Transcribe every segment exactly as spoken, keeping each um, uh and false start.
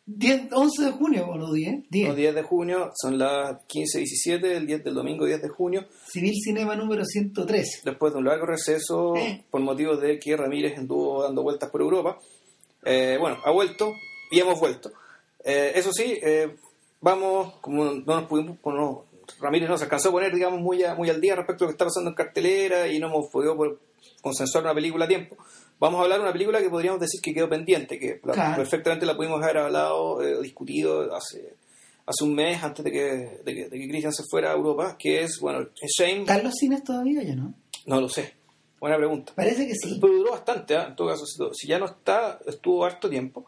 diez, once de junio, o no diez. diez. No, diez de junio, son las quince diecisiete, el diez del domingo diez de junio. Civil Cinema número ciento trece. Después de un largo receso, eh. por motivos de que Ramírez anduvo dando vueltas por Europa. Eh, bueno, ha vuelto y hemos vuelto. Eh, eso sí, eh, vamos, como no nos pudimos, no, Ramírez nos alcanzó a poner, digamos, muy, a, muy al día respecto a lo que está pasando en cartelera y no hemos podido por, consensuar una película a tiempo. Vamos a hablar de una película que podríamos decir que quedó pendiente, que la, claro. perfectamente la pudimos haber hablado, eh, discutido hace, hace un mes antes de que, de que, de que Christian se fuera a Europa, que es, bueno, Shame. ¿Están los cines todavía ya no? No lo sé. Buena pregunta. Parece que sí. Pero duró bastante, ¿eh? En todo caso, si ya no está, estuvo harto tiempo.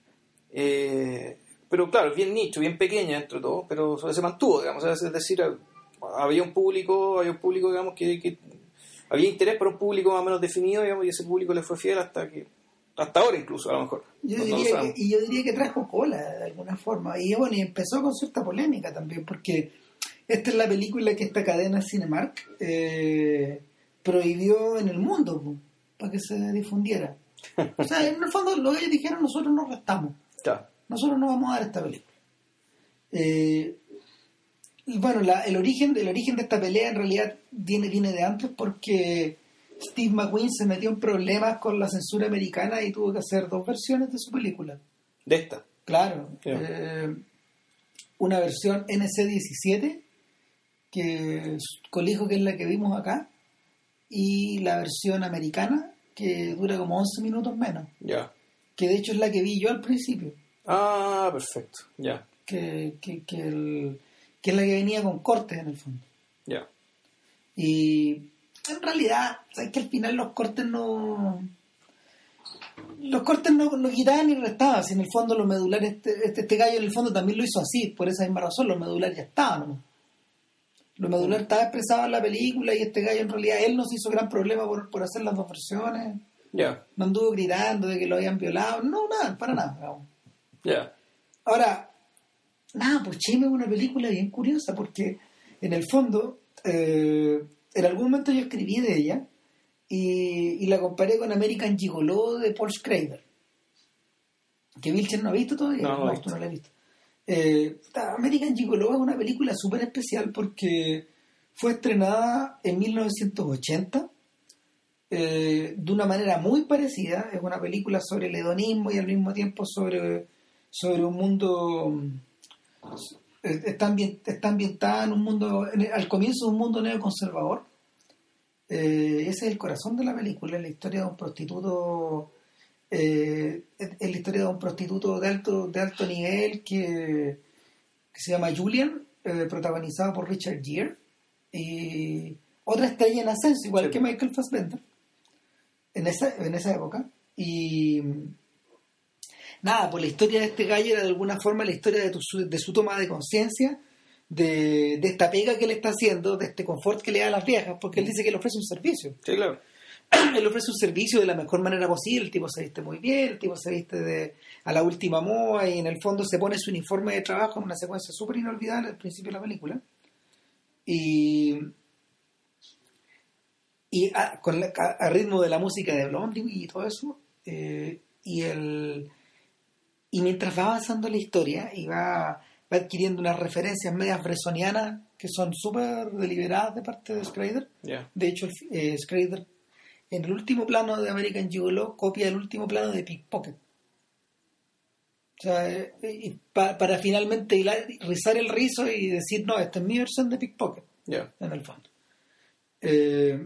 Eh, pero claro, es bien nicho, bien pequeña entre todo, pero se mantuvo, digamos. Es decir, había un público, había un público, digamos, que, que había interés para un público más o menos definido, digamos, y ese público le fue fiel hasta que hasta ahora incluso, a lo mejor. Yo no, diría no que, y yo diría que trajo cola de alguna forma. Y bueno, y empezó con cierta polémica también, porque esta es la película que esta cadena Cinemark eh, prohibió en el mundo, pues, para que se difundiera. O sea, en el fondo lo que ellos dijeron, nosotros nos restamos. Ya. Nosotros no vamos a dar esta película. Eh, y bueno, la, el origen el origen de esta pelea en realidad viene, viene de antes, porque Steve McQueen se metió en problemas con la censura americana y tuvo que hacer dos versiones de su película. ¿De esta? Claro. Yeah. Eh, una versión N C diecisiete, que colijo que es la que vimos acá, y la versión americana, que dura como once minutos menos. Ya. Yeah. Que de hecho es la que vi yo al principio. Ah, perfecto. Ya. Yeah. Que, que, que, el, que es la que venía con cortes en el fondo. Ya. Yeah. Y en realidad, ¿sabes que al final los cortes no... Los cortes no, no quitaban ni restaban. Si en el fondo los medulares, este, este, este gallo en el fondo también lo hizo así, por esa misma razón, los medulares ya estaban, ¿no? Los medulares estaban expresados en la película y este gallo en realidad, él no se hizo gran problema por, por hacer las dos versiones. Ya. Yeah. No anduvo gritando de que lo habían violado, no, nada, para nada. Ya. Yeah. Ahora, nada, pues Shame es una película bien curiosa porque en el fondo, eh, en algún momento yo escribí de ella y, y la comparé con American Gigolo de Paul Schrader, que Vilchen no ha visto todavía. No, no, no, tú no la has visto. Eh, American Gigolo es una película súper especial porque fue estrenada en mil novecientos ochenta eh, de una manera muy parecida. Es una película sobre el hedonismo y al mismo tiempo sobre, sobre un mundo... Está, ambient, está ambientada en un mundo, en, al comienzo de un mundo neoconservador. Eh, ese es el corazón de la película, es la historia de un prostituto, eh, es la historia de un prostituto de alto, de alto nivel que, que se llama Julian, eh, protagonizado por Richard Gere, y otra estrella en ascenso, igual sí. que Michael Fassbender, en esa, en esa época. Y nada, pues la historia de este gallo era de alguna forma la historia de, tu, de su toma de conciencia, de, de esta pega que le está haciendo, de este confort que le da a las viejas, porque él dice que le ofrece un servicio. Sí, claro. Él ofrece un servicio de la mejor manera posible, el tipo se viste muy bien, el tipo se viste de, a la última moda y en el fondo se pone su uniforme de trabajo en una secuencia súper inolvidable al principio de la película. Y, y a, con la, a, a ritmo de la música de Blondie y todo eso, eh, y el... Y mientras va avanzando la historia y va, va adquiriendo unas referencias medias bresonianas que son súper deliberadas de parte de Schrader. Yeah. De hecho, eh, Schrader en el último plano de American Gigolo copia el último plano de Pickpocket. O sea, eh, eh, pa, para finalmente hilar, rizar el rizo y decir, no, esta es mi versión de Pickpocket. Yeah. En el fondo. Eh,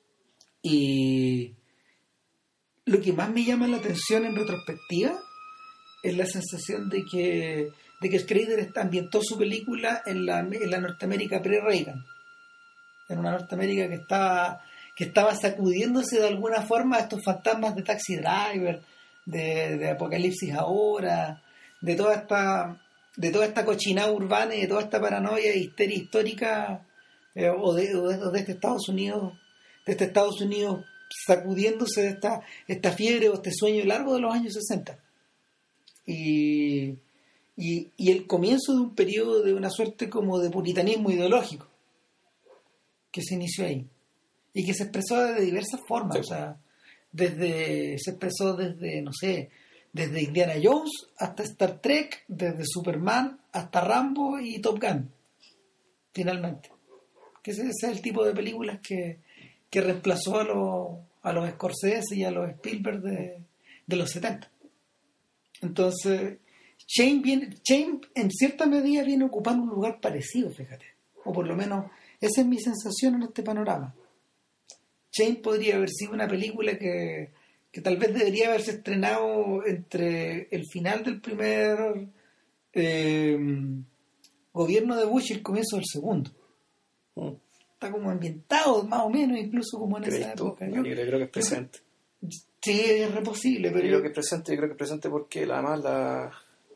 y lo que más me llama la atención en retrospectiva es la sensación de que de que Schrader ambientó su película en la, en la Norteamérica pre-Reagan, en una Norteamérica que estaba que estaba sacudiéndose de alguna forma a estos fantasmas de Taxi Driver, de, de Apocalipsis Ahora, de toda esta de toda esta cochinada urbana y de toda esta paranoia e histeria histórica eh, o, de, o, de, o de este Estados Unidos de este Estados Unidos sacudiéndose de esta esta fiebre o este sueño largo de los años sesenta. Y, y, y el comienzo de un periodo de una suerte como de puritanismo ideológico que se inició ahí y que se expresó de diversas formas. Sí. O sea, desde se expresó desde, no sé, desde Indiana Jones hasta Star Trek, desde Superman hasta Rambo y Top Gun, finalmente. Que ese, ese es el tipo de películas que, que reemplazó a los, a los Scorsese y a los Spielberg de, de los setenta. Entonces, Shane, viene, Shane en cierta medida viene ocupando un lugar parecido, fíjate. O por lo menos esa es mi sensación en este panorama. Shane podría haber sido una película que, que tal vez debería haberse estrenado entre el final del primer eh, gobierno de Bush y el comienzo del segundo. Mm. Está como ambientado más o menos, incluso como en esa época. Yo, yo creo que es presente. Sí, es re posible, pero yo creo que es presente, yo creo que es presente porque además la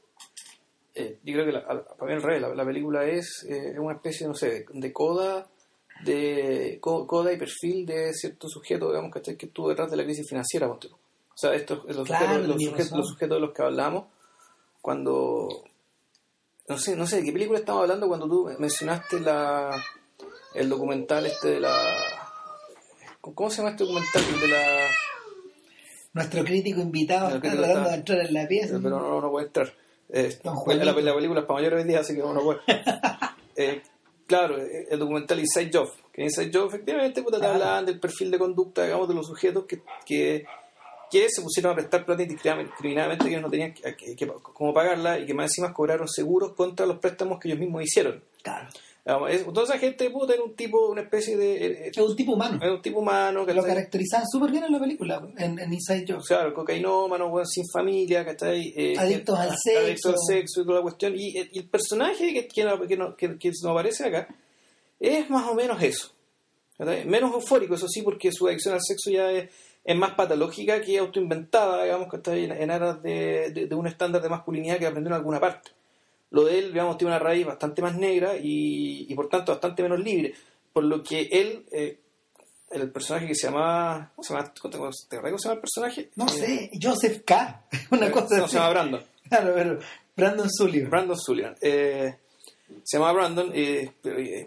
eh, yo creo que la, para mí el rey, la, la película es eh, una especie, no sé, de, de coda de coda y perfil de cierto sujeto, digamos, que, que estuvo detrás de la crisis financiera. O sea, estos los, claro, sujetos, los, sujetos, los sujetos de los que hablamos cuando no sé, no sé de qué película estamos hablando cuando tú mencionaste la el documental este de la ¿cómo se llama este documental? De la nuestro crítico invitado está tratando está, de entrar en la pieza. Pero no, no, no puede entrar. Eh, la, la película es para mayores hoy día, así que no, no puede. eh, claro, el documental Inside Job. Que Inside Job, efectivamente, puta, te ah. hablaban del perfil de conducta, digamos, de los sujetos que, que, que se pusieron a prestar plata indiscriminadamente, que ellos no tenían que, que, que, cómo pagarla y que más encima cobraron seguros contra los préstamos que ellos mismos hicieron. Claro. Entonces esa gente puta era un tipo, una especie de... Es un tipo humano. Era un tipo humano. Que lo caracterizaban súper bien en la película, en, en Inside Job. Claro, cocainómano, bueno, sin familia, ¿cachai? Eh, adictos al sexo. Adictos al sexo y toda la cuestión. Y, y el personaje que, que, que, no, que, que nos aparece acá es más o menos eso. ¿Cachai? Menos eufórico, eso sí, porque su adicción al sexo ya es, es más patológica que autoinventada, digamos, que está en, en aras de, de, de un estándar de masculinidad que aprendió en alguna parte. Lo de él, digamos, tiene una raíz bastante más negra y, y por tanto bastante menos libre. Por lo que él, eh, el personaje que se llamaba... ¿Cómo se llama? ¿Te acuerdas cómo se llama el personaje? No eh, sé, Joseph K. Una cosa no, así. Se llama Brandon. Claro, pero Brandon Sullivan. Brandon Sullivan. Eh, se llama Brandon. Eh, eh,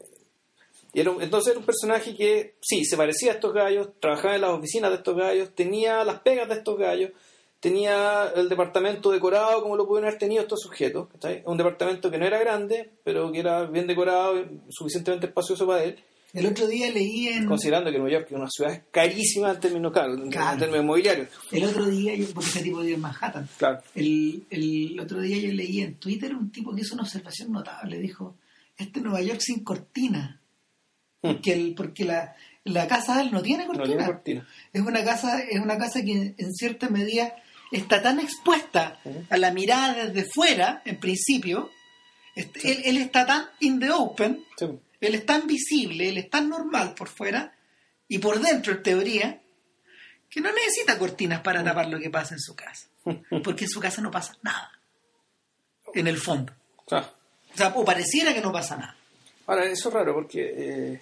y era un, entonces era un personaje que, sí, se parecía a estos gallos, trabajaba en las oficinas de estos gallos, tenía las pegas de estos gallos, tenía el departamento decorado como lo pudieron haber tenido estos sujetos, ¿sí? Un departamento que no era grande, pero que era bien decorado y suficientemente espacioso para él. El otro día leí en... Considerando que Nueva York es una ciudad carísima en términos, claro, claro. en términos inmobiliarios. El otro día, yo, porque ese tipo vive en Manhattan, claro. el, el otro día yo leí en Twitter un tipo que hizo una observación notable, dijo, este Nueva York sin cortina, porque, el, porque la, la casa de él no tiene cortina. No tiene cortina. Es una casa, es una casa que en cierta medida está tan expuesta uh-huh. a la mirada desde fuera, en principio, este, sí. él, él está tan in the open, sí. él es tan visible, él es tan normal por fuera y por dentro, en teoría, que no necesita cortinas para uh-huh. tapar lo que pasa en su casa, porque en su casa no pasa nada, en el fondo. Ah. O sea, o pareciera que no pasa nada. Ahora, eso es raro, porque eh,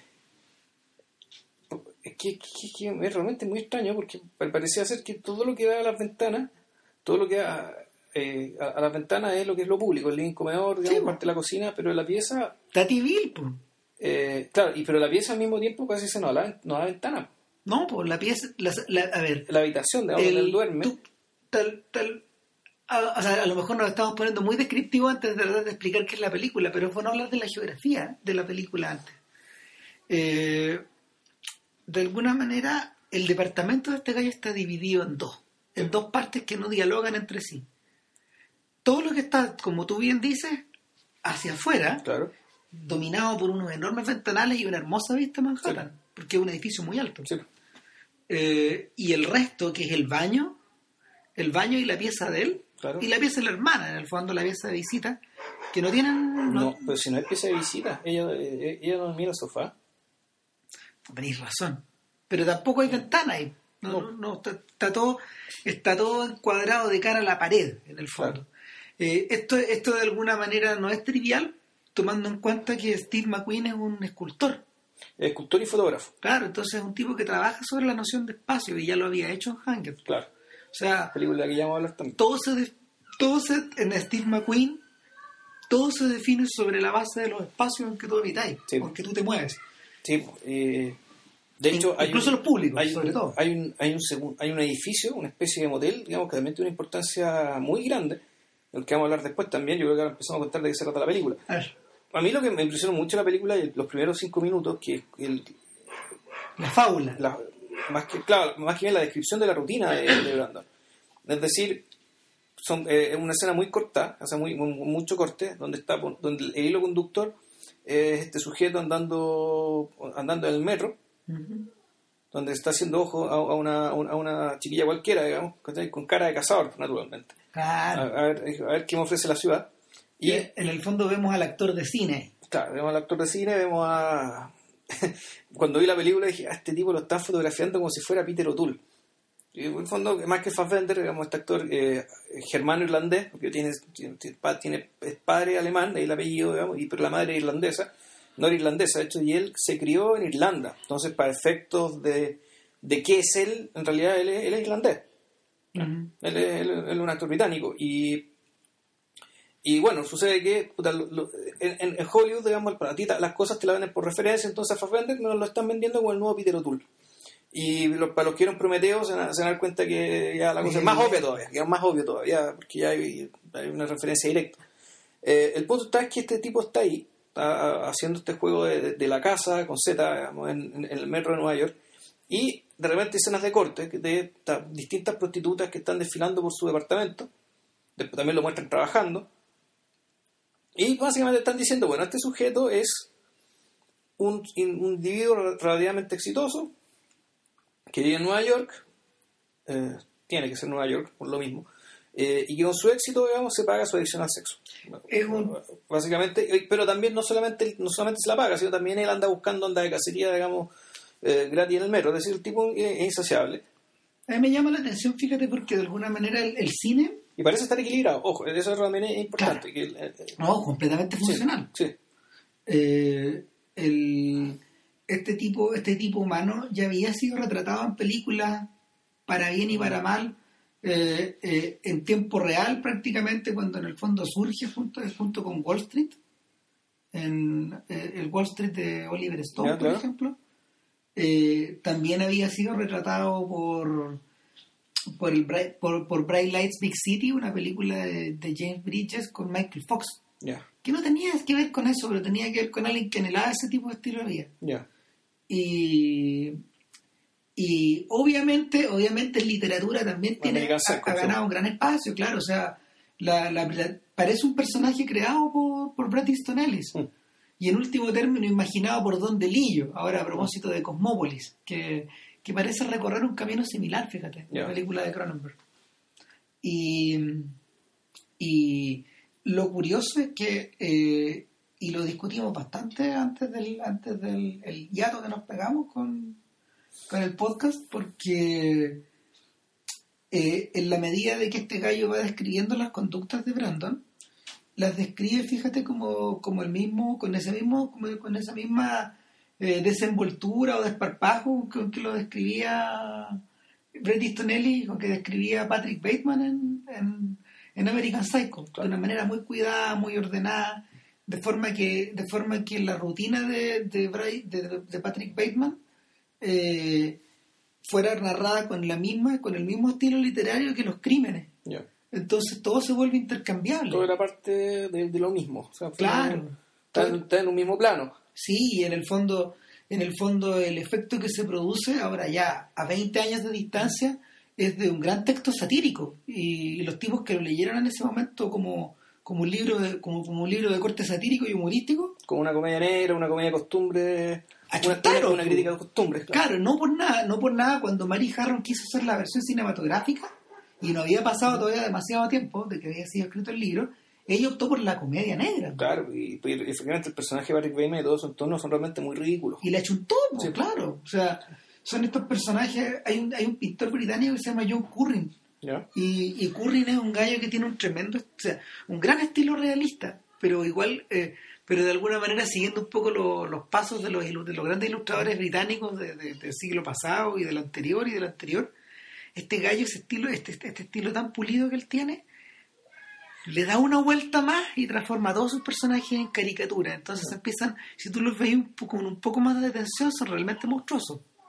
es, que, que, que es realmente muy extraño, porque parecía ser que todo lo que da a las ventanas, todo lo que da eh, a, a las ventanas es lo que es lo público, el living, comedor, digamos, sí, parte de la cocina, pero la pieza... Está civil, pues. Eh, claro, y pero la pieza al mismo tiempo casi se no da, no da ventana. No, pues la pieza... La, la, a ver... La habitación, digamos, el, donde él duerme... Tú, tal, tal, a, o sea, a lo mejor nos estamos poniendo muy descriptivos antes de, de explicar qué es la película, pero es bueno hablar de la geografía de la película antes. Eh, de alguna manera, el departamento de este gallo está dividido en dos. En dos partes que no dialogan entre sí. Todo lo que está, como tú bien dices, hacia afuera, claro. dominado por unos enormes ventanales y una hermosa vista a Manhattan, sí. porque es un edificio muy alto. Sí. Eh, y el resto, que es el baño, el baño y la pieza de él, claro. y la pieza de la hermana, en el fondo la pieza de visita, que no tienen... No, no pero si no es pieza de visita, ella, ella, ella no mira el sofá. Tenéis razón, pero tampoco hay ventana ahí. No, no, no está, está todo está todo encuadrado de cara a la pared, en el fondo. Claro. Eh, esto, esto de alguna manera no es trivial, tomando en cuenta que Steve McQueen es un escultor. Escultor y fotógrafo. Claro, entonces es un tipo que trabaja sobre la noción de espacio y ya lo había hecho en Hunger. Claro. O sea, película que ya vamos a hablar también. Todo se, de, todo se en Steve McQueen, todo se define sobre la base de los espacios en que tú habitáis, sí. en que tú te mueves. Sí, eh, De hecho, hay incluso un, los públicos, hay, sobre todo. Hay un, hay, un segun, hay un edificio, una especie de motel, digamos, que también tiene una importancia muy grande, del que vamos a hablar después también. Yo creo que ahora empezamos a contar de qué se trata la película. A ver. A mí lo que me impresionó mucho la película, los primeros cinco minutos, que el, la fábula. La, más que, claro, más que bien la descripción de la rutina de, de Brandon. Es decir, son, eh, es una escena muy corta, o sea, muy, muy, mucho corte, donde está donde el hilo conductor es este sujeto andando andando en el metro, uh-huh. donde está haciendo ojo a, a, una, a una chiquilla cualquiera, digamos, con cara de cazador, naturalmente. Claro. A, a, ver, a ver qué me ofrece la ciudad. Y en el fondo vemos al actor de cine. Claro, vemos al actor de cine, vemos a... Cuando vi la película dije, a este tipo lo están fotografiando como si fuera Peter O'Toole. Y en el fondo, más que Fassbender, digamos, este actor eh, germano-irlandés, porque tiene, tiene, tiene, es padre alemán, es el apellido, digamos, y, pero la madre es irlandesa, no era irlandesa, de hecho, y él se crió en Irlanda. Entonces, para efectos de, de qué es él, en realidad él es, él es irlandés. Uh-huh. Él, es, él, él es un actor británico. Y... Y bueno, sucede que puta, lo, lo, en, en Hollywood, digamos, para ti las cosas te las venden por referencia, entonces a Fassbender nos lo están vendiendo como el nuevo Peter O'Toole. Y lo, para los que vieron Prometeo se van a dar cuenta que ya la cosa es más obvia todavía, que es más obvio todavía, porque ya hay, hay una referencia directa. Eh, el punto está es que este tipo está ahí, está haciendo este juego de, de, de la casa con Z, digamos, en, en, en el metro de Nueva York, y de repente escenas de corte de, de, de distintas prostitutas que están desfilando por su departamento, después también lo muestran trabajando. Y básicamente están diciendo, bueno, este sujeto es un, un individuo relativamente exitoso que vive en Nueva York, eh, tiene que ser Nueva York, por lo mismo, eh, y que con su éxito, digamos, se paga su adicción al sexo. Es un... Básicamente, pero también no solamente, no solamente se la paga, sino también él anda buscando onda de cacería, digamos, eh, gratis en el metro, es decir, el tipo es insaciable. A mí me llama la atención, fíjate, porque de alguna manera el, el cine... Y parece estar equilibrado, ojo, eso también es importante. Claro. Que, eh, no, completamente funcional. Sí. sí. Eh, el, este, tipo, este tipo humano ya había sido retratado en películas para bien y para mal, eh, eh, en tiempo real prácticamente, cuando en el fondo surge junto, junto con Wall Street, en eh, el Wall Street de Oliver Stone, ya, por claro. ejemplo. Eh, también había sido retratado por... por el por, por Bright Lights Big City, una película de, de James Bridges con Michael Fox, yeah. que no tenía que ver con eso, pero tenía que ver con alguien que anhelaba ese tipo de estilo de vida. Yeah. Y y obviamente obviamente en literatura también tiene ha, ha ganado un gran espacio, claro, o sea, la, la, la, parece un personaje creado por, por Bret Easton Ellis. Mm. Y en último término imaginado por Don DeLillo, ahora a propósito de Cosmópolis, que que parece recorrer un camino similar, fíjate, yeah. la película de Cronenberg. Y, y lo curioso es que, eh, y lo discutimos bastante antes del antes del el hiato que nos pegamos con, con el podcast, porque eh, en la medida de que este gallo va describiendo las conductas de Brandon, las describe, fíjate, como, como el mismo, con ese mismo, como, con esa misma... Eh, desenvoltura o desparpajo con que lo describía Bret Easton Ellis, con que describía Patrick Bateman en, en, en American Psycho, claro. De una manera muy cuidada, muy ordenada, de forma que de forma que la rutina de, de, de, de Patrick Bateman eh, fuera narrada con la misma con el mismo estilo literario que los crímenes. Yeah. Entonces todo se vuelve intercambiable. Todo era parte de, de lo mismo. O sea, claro. Está, está en un mismo plano. Sí, y en el fondo, en el fondo el efecto que se produce ahora ya a veinte años de distancia es de un gran texto satírico, y, y los tipos que lo leyeron en ese momento como, como un libro de, como, como un libro de corte satírico y humorístico, como una comedia negra, una comedia de costumbre, una, claro, una crítica de costumbres. Claro. claro, no por nada, no por nada cuando Mary Harron quiso hacer la versión cinematográfica y no había pasado todavía demasiado tiempo de que había sido escrito el libro, ella optó por la comedia negra. Claro, y, y efectivamente el personaje de Patrick Bateman y todos sus entornos son realmente muy ridículos. Y le achuntó, sí. Claro. O sea, son estos personajes... Hay un, hay un pintor británico que se llama John Currin. ¿Ya? Y, y Currin es un gallo que tiene un tremendo... O sea, un gran estilo realista, pero igual... Eh, pero de alguna manera siguiendo un poco lo, los pasos de los, de los grandes ilustradores británicos de, de, del siglo pasado y del anterior y del anterior. Este gallo, ese estilo, este, este estilo tan pulido que él tiene... le da una vuelta más y transforma a todos sus personajes en caricatura. Entonces empiezan, si tú los ves un poco, con un poco más de atención, son realmente monstruosos.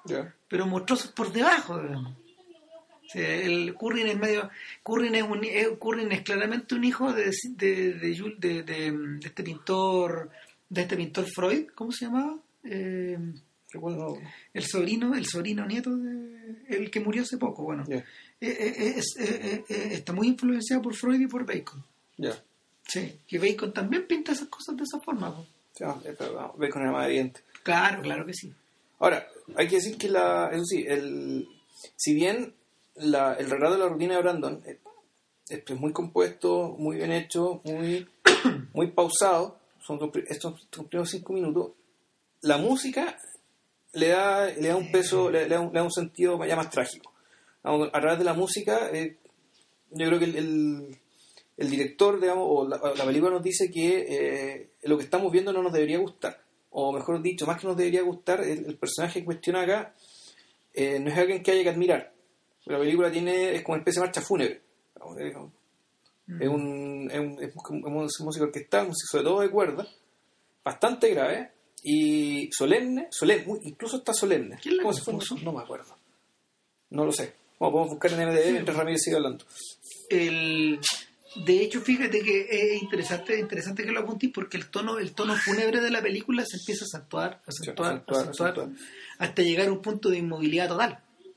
Yeah. pero monstruosos por debajo, digamos. O sea, el Currin es medio Currin es un es, Currin es claramente un hijo de de de, Jules- de, de, de este pintor de este pintor Freud, ¿cómo se llamaba? Eh, Recuerdo, no. el sobrino el sobrino nieto de el que murió hace poco, bueno. Yeah. Eh, eh, es- eh, eh, eh, está muy influenciado por Freud y por Bacon. Yeah. Sí, que Bacon también pinta esas cosas de esa forma, po. Sí, no, eh, pero no, Bacon era más evidente. Claro, claro que sí. Ahora, hay que decir que la, eso sí, el, si bien la, el relato de la rutina de Brandon es, es muy compuesto, muy bien hecho, muy, muy pausado, son los pri- estos, estos primeros cinco minutos, la música le da, le da un peso, le, le da, un, le da un sentido ya más trágico. A, a través de la música, eh, yo creo que el, el, el director, digamos, o la, la película nos dice que eh, lo que estamos viendo no nos debería gustar. O mejor dicho, más que nos debería gustar, el, el personaje en cuestión acá eh, no es alguien que haya que admirar. La película tiene es como una especie de marcha fúnebre. Es un, es un, es un, es un- es música orquestal, música sobre todo de cuerda, bastante grave y solemne, solemne muy- incluso está solemne. ¿Quién la ¿Cómo se fue? compuso? No me acuerdo. No lo sé. Bueno, podemos buscar en M D B mientras Ramírez sigue hablando. El, de hecho, fíjate que es interesante, interesante que lo apuntís porque el tono, el tono fúnebre de la película se empieza a acentuar, a acentuar, Sí, acentuar, a acentuar, acentuar. hasta llegar a un punto de inmovilidad total.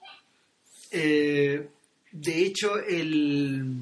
Eh, de hecho, el,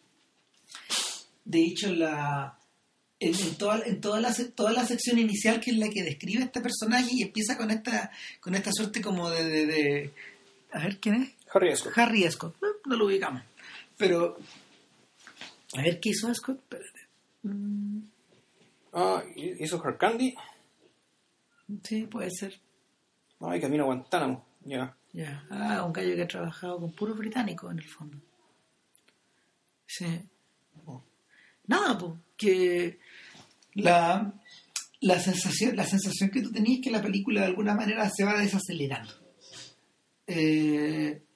de hecho la, en, en toda, en toda la, toda la sección inicial que es la que describe este personaje y empieza con esta, con esta suerte como de, de, de a ver quién es. Harry Ascot. Harry Ascot, no, no lo ubicamos. Pero, a ver, ¿qué hizo Ascot? Espérate. Mm, Ah, hizo Hard Candy. sí, puede ser. Ay, Camino a Guantánamo. Ya. Ya. Ah, un gallo que ha trabajado con puros británicos, en el fondo. Sí. Nada, pues, que la, la, sensación, la sensación que tú tenías es que la película de alguna manera se va desacelerando. Eh...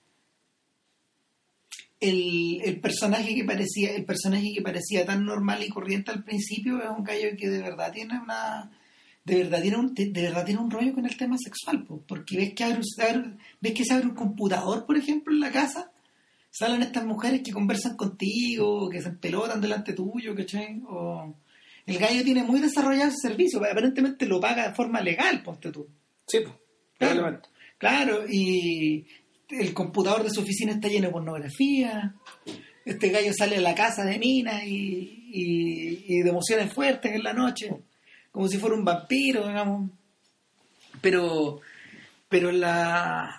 El, el personaje que parecía el personaje que parecía tan normal y corriente al principio es un gallo que de verdad tiene una de verdad tiene un de, de verdad tiene un rollo con el tema sexual, po, porque ves que abre, un- abre- ves que se abre un computador, por ejemplo, en la casa, salen estas mujeres que conversan contigo, que se empelotan delante tuyo, ¿cachai? O el gallo tiene muy desarrollado ese servicio, aparentemente lo paga de forma legal, ponte tú. Sí, pues. Claro, Probablemente. claro, y el computador de su oficina está lleno de pornografía. Este gallo sale a la casa de minas y, y, y de emociones fuertes en la noche, como si fuera un vampiro, digamos. Pero, pero la,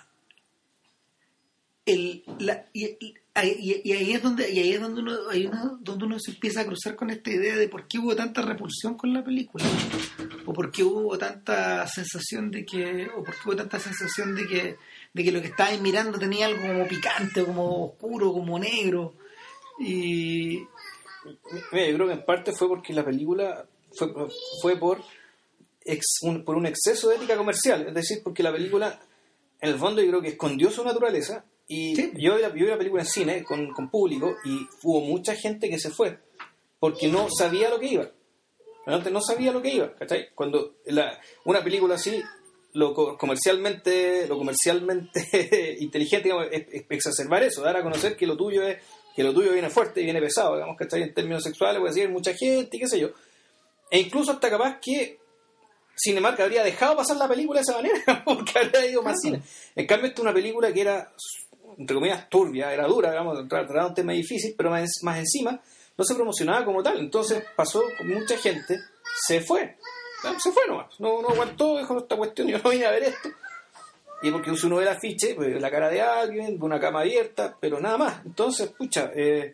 el, la y, y- y- y ahí es donde y ahí es donde uno, ahí uno- donde uno se empieza a cruzar con esta idea de por qué hubo tanta repulsión con la película, o por qué hubo tanta sensación de que o por qué hubo tanta sensación de que de que lo que estabais mirando tenía algo como picante, como oscuro, como negro. Y Mira, yo creo que en parte fue porque la película fue, fue por, ex, un, por un exceso de ética comercial. Es decir, porque la película, en el fondo, yo creo que escondió su naturaleza. Y sí, yo, vi la- yo vi la película en cine con, con público y hubo mucha gente que se fue porque no sabía lo que iba. Realmente no sabía lo que iba, ¿cachai? Cuando la, una película así, lo co- comercialmente lo comercialmente inteligente, digamos, es, es exacerbar eso, dar a conocer que lo tuyo es que lo tuyo viene fuerte y viene pesado, digamos, ¿cachai? En términos sexuales, puede decir mucha gente y qué sé yo. E incluso hasta capaz que Cinemark habría dejado pasar la película de esa manera porque habría ido más Claro. cine. En cambio, esta es una película que era, entre comillas, turbia, era dura, digamos, tra- trataba un tema difícil, pero más, más encima no se promocionaba como tal. Entonces pasó con mucha gente, se fue. Se fue nomás. No, no aguantó, dijo, esta cuestión, yo no vine a ver esto. Y porque si uno ve el afiche, pues, la cara de alguien, de una cama abierta, pero nada más. Entonces, pucha, eh,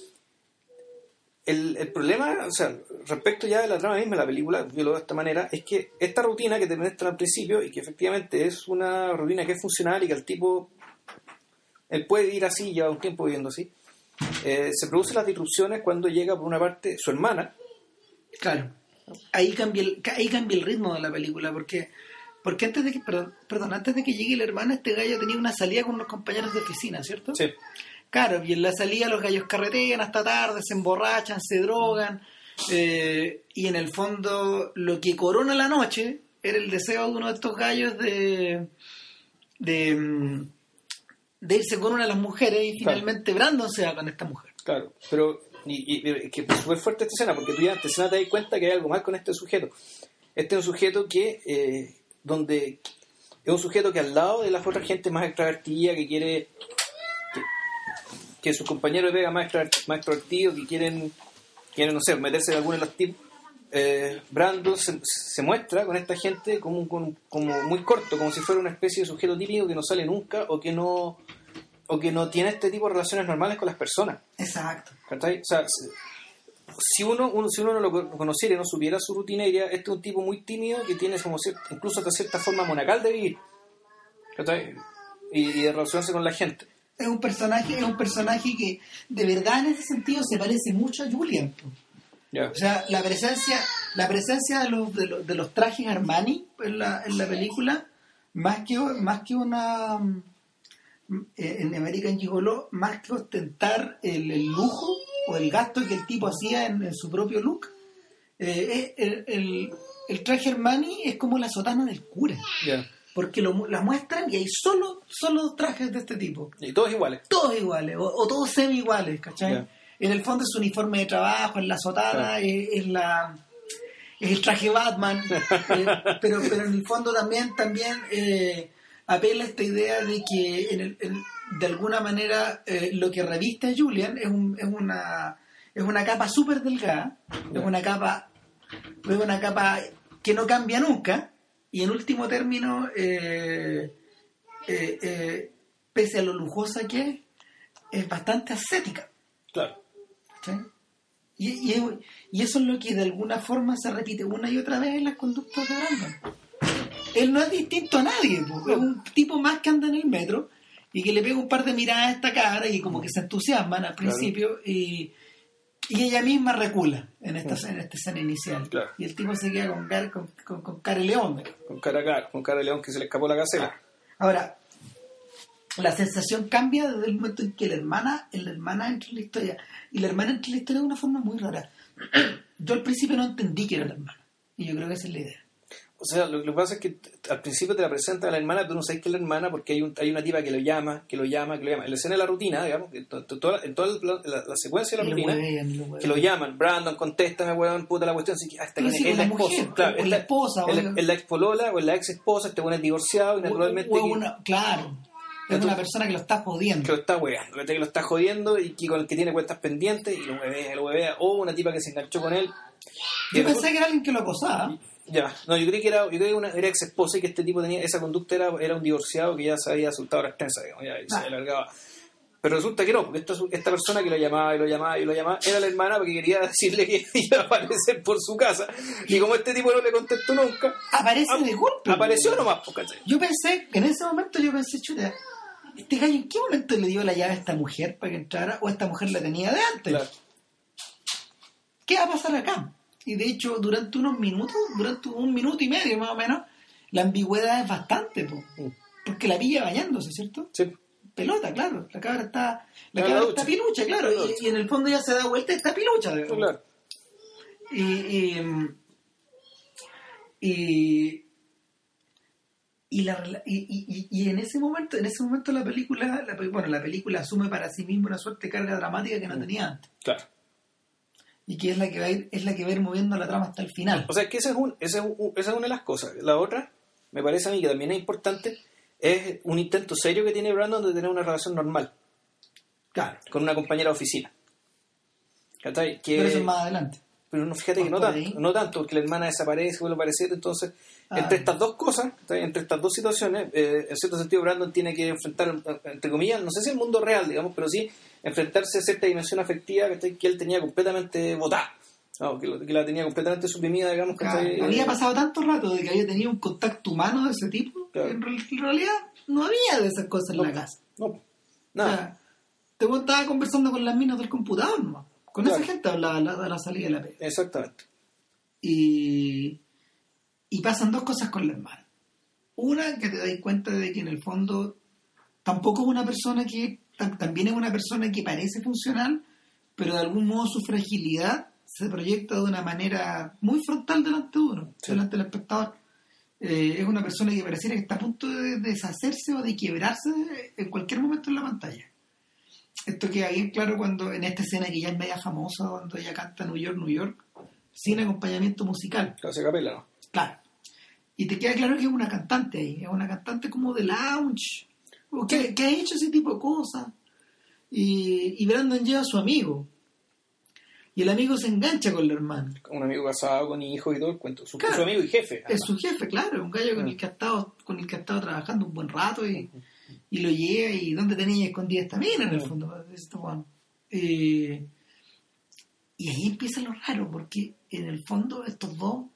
el, el problema, o sea, respecto ya de la trama misma de la película, yo lo veo de esta manera, es que esta rutina que te muestran al principio, y que efectivamente es una rutina que es funcional y que el tipo, él puede vivir así, lleva un tiempo viviendo así, eh, se producen las disrupciones cuando llega por una parte su hermana. claro. Ahí cambia el, ahí cambia el ritmo de la película, porque porque antes de que perdón, perdón, antes de que llegue la hermana, este gallo tenía una salida con unos compañeros de oficina, ¿cierto? Sí. Claro, y en la salida los gallos carretean hasta tarde, se emborrachan, se drogan, eh, y en el fondo lo que corona la noche era el deseo de uno de estos gallos de, de, de irse con una de las mujeres y finalmente claro. Brandon se va con esta mujer. Claro, pero y, y, y, que es súper fuerte esta escena, porque tú ya en esta escena te das cuenta que hay algo mal con este sujeto. Este es un sujeto que, eh, donde es un sujeto que al lado de las otras gente más extravertida, que quiere que, que sus compañeros de pega más, extra, más extrovertidos, que quieren, quieren, no sé, meterse en alguno de los tipos, eh, Brandon se, se muestra con esta gente como, como, como muy corto, como si fuera una especie de sujeto típico que no sale nunca o que no o que no tiene este tipo de relaciones normales con las personas. Exacto. ¿Cachai? O sea, si uno, uno si uno no lo conociera y no supiera su rutina, diría, este es un tipo muy tímido que tiene como cierta, incluso hasta cierta forma monacal de vivir, ¿cachai? Y, y de relacionarse con la gente. Es un personaje, es un personaje que de verdad en ese sentido se parece mucho a Julian. Yeah. O sea, la presencia, la presencia de los, de los, de los trajes Armani en la, en la película, más que, más que una en American Gigolo, más que ostentar el, el lujo o el gasto que el tipo hacía en, en su propio look, eh, el, el, el traje Armani es como la sotana del cura. Yeah. Porque lo, la muestran y hay solo, solo trajes de este tipo. Y todos iguales. Todos iguales, o, o todos semi iguales, ¿cachai? Yeah. En el fondo es su uniforme de trabajo, es la sotana, yeah. es, es la es el traje Batman, eh, pero, pero en el fondo también, también eh, apela a esta idea de que en el, en, de alguna manera eh, lo que reviste a Julian es, un, es una es una capa súper delgada, yeah. es una capa es una capa que no cambia nunca. Y en último término, eh, eh, eh, pese a lo lujosa que es, es bastante ascética. Claro. ¿Sí? Y, y, y eso es lo que de alguna forma se repite una y otra vez en las conductas de Brandon. Él no es distinto a nadie, po. Es un tipo más que anda en el metro y que le pega un par de miradas a esta cara y como que se entusiasman al principio, claro. y... Y ella misma recula en esta, en esta escena inicial. Claro. Y el tipo se queda con cara, con, con, con cara de león. Con cara, cara, con cara de león que se le escapó la gacela. Ahora, la sensación cambia desde el momento en que la hermana, la hermana entra en la historia. Y la hermana entra en la historia de una forma muy rara. Yo al principio no entendí que era la hermana. Y yo creo que esa es la idea. O sea, lo, lo que pasa es que al principio te la presentan a la hermana, tú no sabes que es la hermana porque hay, un, hay una tipa que lo llama, que lo llama, que lo llama. En la escena de la rutina, digamos, en toda, en toda la, la, la secuencia de la rutina, huevean, lo que lo llaman, Brandon, contéstame, weón, puta la cuestión, así que hasta que sí, es la esposa, mujer, claro, es la esposa, es la, es la expolola o es la ex esposa, este bueno es divorciado y naturalmente... O, o una, claro, es una persona que lo está jodiendo. Que lo está weando, que lo está jodiendo y que con el que tiene cuentas pendientes y lo huevea, lo huevea, o una tipa que se enganchó con él. Yo pensé resulta... que era alguien que lo acosaba. Ya, no, yo creí que era, yo creí que una, era ex esposa y que este tipo tenía esa conducta, era, era un divorciado que ya se había soltado la extensa, digamos, ya, y ah. se alargaba. Pero resulta que no, porque esta, esta persona que lo llamaba y lo llamaba y lo llamaba era la hermana porque quería decirle que iba a aparecer por su casa. Y como este tipo no le contestó nunca, aparece de golpe. Apareció nomás, ¿cachai? Yo pensé, en ese momento yo pensé, chuta, este gallo en qué momento le dio la llave a esta mujer para que entrara, o esta mujer la tenía de antes. Claro. ¿Qué va a pasar acá? Y de hecho, durante unos minutos, durante un minuto y medio más o menos, la ambigüedad es bastante, po, porque la pilla bañándose, ¿cierto? Sí. Pelota, claro. La cabra está, la cabra la está pilucha, claro. Y, y en el fondo ya se da vuelta y está pilucha. Sí, claro. Y, y, y, y, la, y, y, y en ese momento, en ese momento la película, la, bueno, la película asume para sí misma una suerte de carga dramática que no tenía antes. Claro. Y que es la que va a ir, es la que va a ir moviendo la trama hasta el final. O sea, que esa es, un, esa, es un, esa es una de las cosas. La otra, me parece a mí que también es importante, es un intento serio que tiene Brandon de tener una relación normal. Claro. Con una compañera de oficina. ¿Cachai? Que, pero eso es más adelante. Pero no, fíjate que no tanto, no tanto, porque la hermana desaparece, vuelve a aparecer. Entonces, ah, entre estas dos cosas, entre estas dos situaciones, eh, en cierto sentido Brandon tiene que enfrentar, entre comillas, no sé si el mundo real, digamos, pero sí enfrentarse a cierta dimensión afectiva que, que él tenía completamente botada, ¿no? que, lo, que la tenía completamente suprimida, digamos. Claro, que había pasado tanto rato de que había tenido un contacto humano de ese tipo, claro, que en, en realidad no había de esas cosas en no, la casa. No, nada. O sea, te estaba conversando con las minas del computador, ¿no? Con claro, esa gente hablaba a la, a la salida de la pega. Exactamente. Y, y pasan dos cosas con la hermana. Una, que te das cuenta de que en el fondo tampoco es una persona que... También es una persona que parece funcional, pero de algún modo su fragilidad se proyecta de una manera muy frontal delante de uno, sí, delante del espectador. eh, es una persona que pareciera que está a punto de deshacerse o de quebrarse en cualquier momento en la pantalla. Esto queda bien claro cuando en esta escena que ya es media famosa, cuando ella canta New York, New York, sin acompañamiento musical. Hace capela, ¿no? Claro. Y te queda claro que es una cantante ahí, es una cantante como de lounge, o que, que ha hecho ese tipo de cosas. Y, y Brandon lleva a su amigo. Y el amigo se engancha con la hermana. Un amigo casado con hijos y todo el cuento. Su, claro, su amigo y jefe. Además. Es su jefe, claro. Un gallo con el que ha estado, con el que ha estado trabajando un buen rato y, y lo lleva. Y ¿dónde tenía escondida esta mina en el fondo? Esto, bueno. eh, y ahí empieza lo raro, porque en el fondo estos dos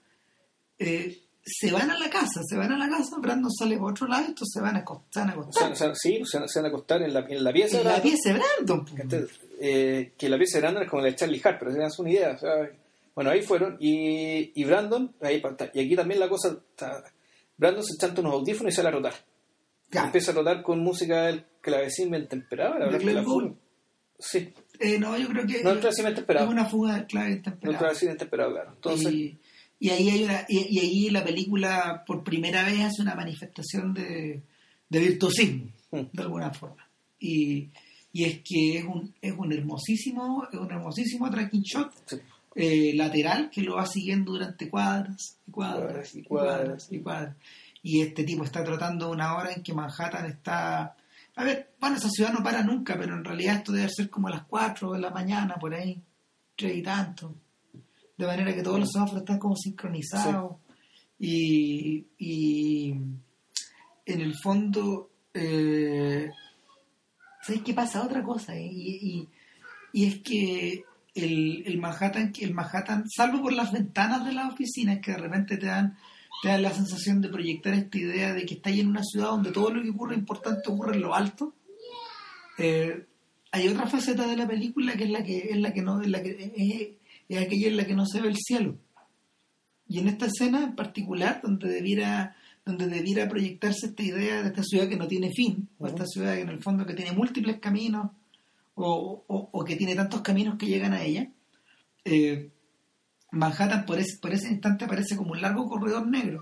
eh, se van a la casa, se van a la casa, Brandon sale por otro lado y estos se van a acostar. Se van a acostar. O sea, o sea, sí, se van, se van a acostar en la, en la pieza en de la pieza de Brandon. Entonces, eh, que la pieza de Brandon es como la de Charlie Harper, pero es una idea. O sea, bueno, ahí fueron y, y Brandon, ahí, y aquí también la cosa, está, Brandon se chanta unos audífonos y sale a rotar. Ya. Empieza a rotar con música que la vecina me temperaba, la verdad que la fuga. Sí. Eh, no, yo creo que no, es una fuga de clave temperada. No, es temperado, claro. Entonces, y, y ahí hay una, y, y ahí la película por primera vez hace una manifestación de, de virtuosismo, mm. de alguna forma. Y, y es que es un, es un hermosísimo, es un hermosísimo tracking shot sí. eh, lateral que lo va siguiendo durante cuadras y cuadras y cuadras y cuadras, y cuadras. Y este tipo está tratando una hora en que Manhattan está... A ver, bueno, esa ciudad no para nunca, pero en realidad esto debe ser como a las cuatro de la mañana, por ahí, tres y tanto. De manera que todos los semáforos están como sincronizados. Sí. Y, y en el fondo, eh, ¿sabes qué pasa? Otra cosa, ¿eh? y, y, y es que el, el Manhattan, el Manhattan, salvo por las ventanas de las oficinas que de repente te dan... te da la sensación de proyectar esta idea de que está ahí en una ciudad donde todo lo que ocurre importante ocurre en lo alto. Eh, hay otra faceta de la película que es la que es la que no es la que es, es aquella en la que no se ve el cielo. Y en esta escena en particular donde debiera donde debiera proyectarse esta idea de esta ciudad que no tiene fin, uh-huh. o esta ciudad que en el fondo que tiene múltiples caminos o, o, o que tiene tantos caminos que llegan a ella. Eh, Manhattan por ese, por ese instante aparece como un largo corredor negro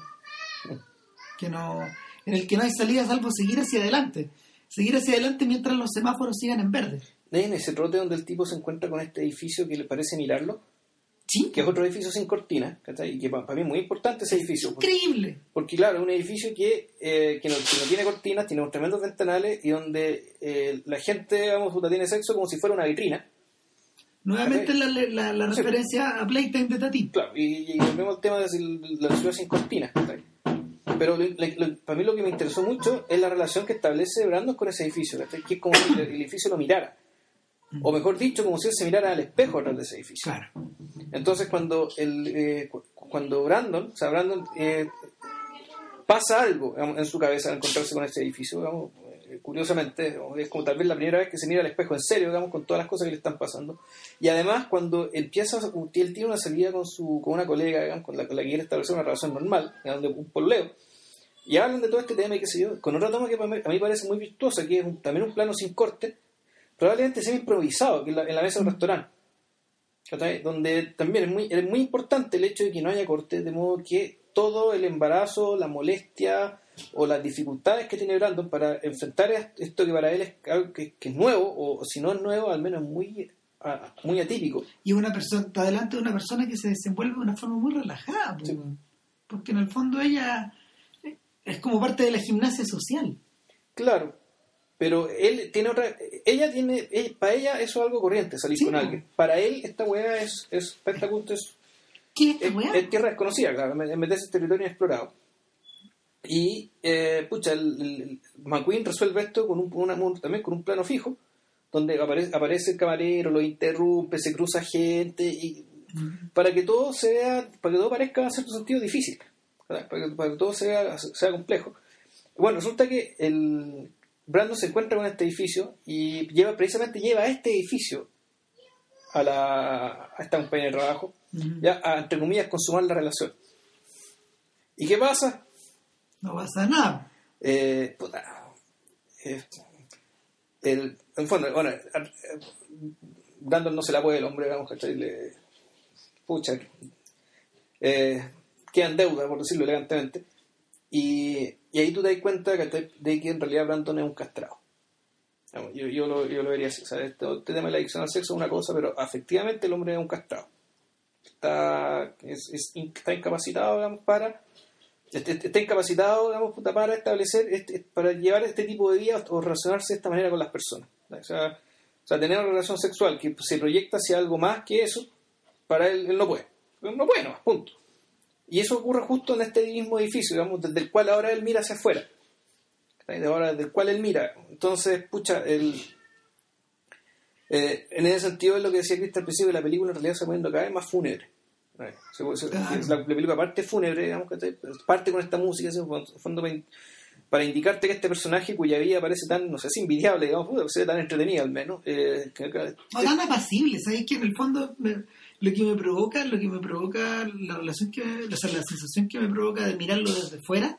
que no, en el que no hay salida salvo seguir hacia adelante seguir hacia adelante mientras los semáforos sigan en verde. En ese trote donde el tipo se encuentra con este edificio que le parece mirarlo, ¿sí? Que es otro edificio sin cortina, y que para mí es muy importante ese edificio. Increíble. Porque, porque claro, es un edificio que, eh, que, no, que no tiene cortinas, tiene unos tremendos ventanales y donde eh, la gente, digamos, puta, tiene sexo como si fuera una vitrina. Nuevamente la, la, la sí. referencia a Playtime de Tati. Claro, y, y volvemos al tema de la ciudad sin cortinas. Pero lo, lo, para mí lo que me interesó mucho es la relación que establece Brandon con ese edificio, que es como si el, el edificio lo mirara. O mejor dicho, como si él se mirara al espejo atrás de ese edificio. Claro. Entonces cuando el, eh, cuando Brandon, o sea, Brandon eh, pasa algo digamos, en su cabeza al encontrarse con ese edificio, digamos, curiosamente, es como tal vez la primera vez que se mira al espejo en serio, digamos, con todas las cosas que le están pasando. Y además, cuando empieza, él tiene una salida con su con una colega, digamos, con la, con la que quiere establecer una relación normal, digamos, de un pololeo, y hablan de todo este tema y qué sé yo, con otra toma que a mí me parece muy virtuosa, que es un, también un plano sin corte, probablemente semi improvisado, que es la, en la mesa del restaurante, donde también es muy, es muy importante el hecho de que no haya corte, de modo que todo el embarazo, la molestia o las dificultades que tiene Brandon para enfrentar esto que para él es algo que, que es nuevo, o si no es nuevo, al menos muy, muy atípico. Y una persona, está delante de una persona que se desenvuelve de una forma muy relajada, sí. Porque en el fondo ella es como parte de la gimnasia social. Claro, pero él tiene otra, ella tiene, ella, para ella eso es algo corriente, salir sí, con alguien. Para él esta weá es, es, es, es, ¿Qué es esta weá? Es, es tierra desconocida, claro, meterse en territorio inexplorado. Y, eh, pucha, el, el McQueen resuelve esto con un, una, un, también con un plano fijo, donde aparece, aparece el camarero, lo interrumpe, se cruza gente, y uh-huh. para que todo sea, para que todo parezca en cierto sentido difícil, ¿verdad? Para, que, para que todo sea, sea complejo. Bueno, resulta que el Brandon se encuentra con este edificio y lleva precisamente lleva a este edificio a, la, a esta compañía de trabajo, uh-huh. ya a, entre comillas, consumar la relación. ¿Y qué pasa? No pasa nada. Eh, puta, eh, el, en fondo, bueno, Brandon no se la puede el hombre, vamos, ¿cachai? Le, pucha, eh, queda en deuda, por decirlo elegantemente. Y, y ahí tú te das cuenta que, de que en realidad Brandon es un castrado. Yo, yo, lo, yo lo vería así. ¿Sabes? Este, este tema de la adicción al sexo es una cosa, pero efectivamente el hombre es un castrado. Está, es, es, está incapacitado, digamos, para... Está incapacitado, digamos, para establecer, este, para llevar este tipo de vida o relacionarse de esta manera con las personas. O sea, o sea, tener una relación sexual que se proyecta hacia algo más que eso, para él, él no puede. No puede, no, punto. Y eso ocurre justo en este mismo edificio, digamos, desde el cual ahora él mira hacia afuera. De ahora, desde el cual él mira. Entonces, pucha, el, eh, en ese sentido es lo que decía Cristian al principio, la película en realidad se va poniendo cada vez más fúnebre. Se, se, claro. la, la película parte fúnebre, digamos, que parte con esta música, en fondo, para indicarte que este personaje cuya vida parece tan, no sé si envidiable, digamos, se ve tan entretenida al menos. Eh, que, que, no, tan apacible, ¿sabes? Que en el fondo me, lo que me provoca, lo que me provoca, la relación que, o sea, la sensación que me provoca de mirarlo desde fuera,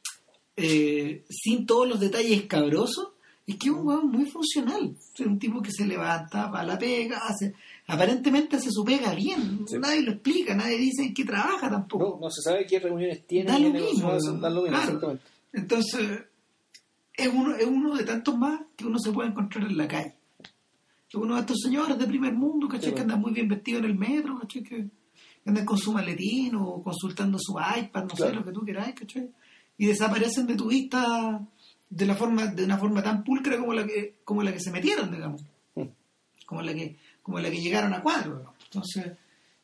eh, sin todos los detalles escabrosos, es que es un huevón muy funcional. Es un tipo que se levanta, va a la pega, hace, aparentemente hace su pega bien. Sí. Nadie lo explica, nadie dice en qué trabaja tampoco. No, no se sabe qué reuniones tiene. Da lo mismo. No, da lo mismo, claro. Exactamente. Entonces, es uno, es uno de tantos más que uno se puede encontrar en la calle. Es uno de estos señores de primer mundo, ¿cachai? Sí, que andan muy bien vestidos en el metro, ¿cachai? Que andan con su maletín o consultando su iPad, no claro. sé, lo que tú queráis, ¿cachai? Y desaparecen de tu vista de la forma de una forma tan pulcra como la que como la que se metieron, digamos. Sí. Como la que como la que llegaron a cuadro, digamos. Entonces,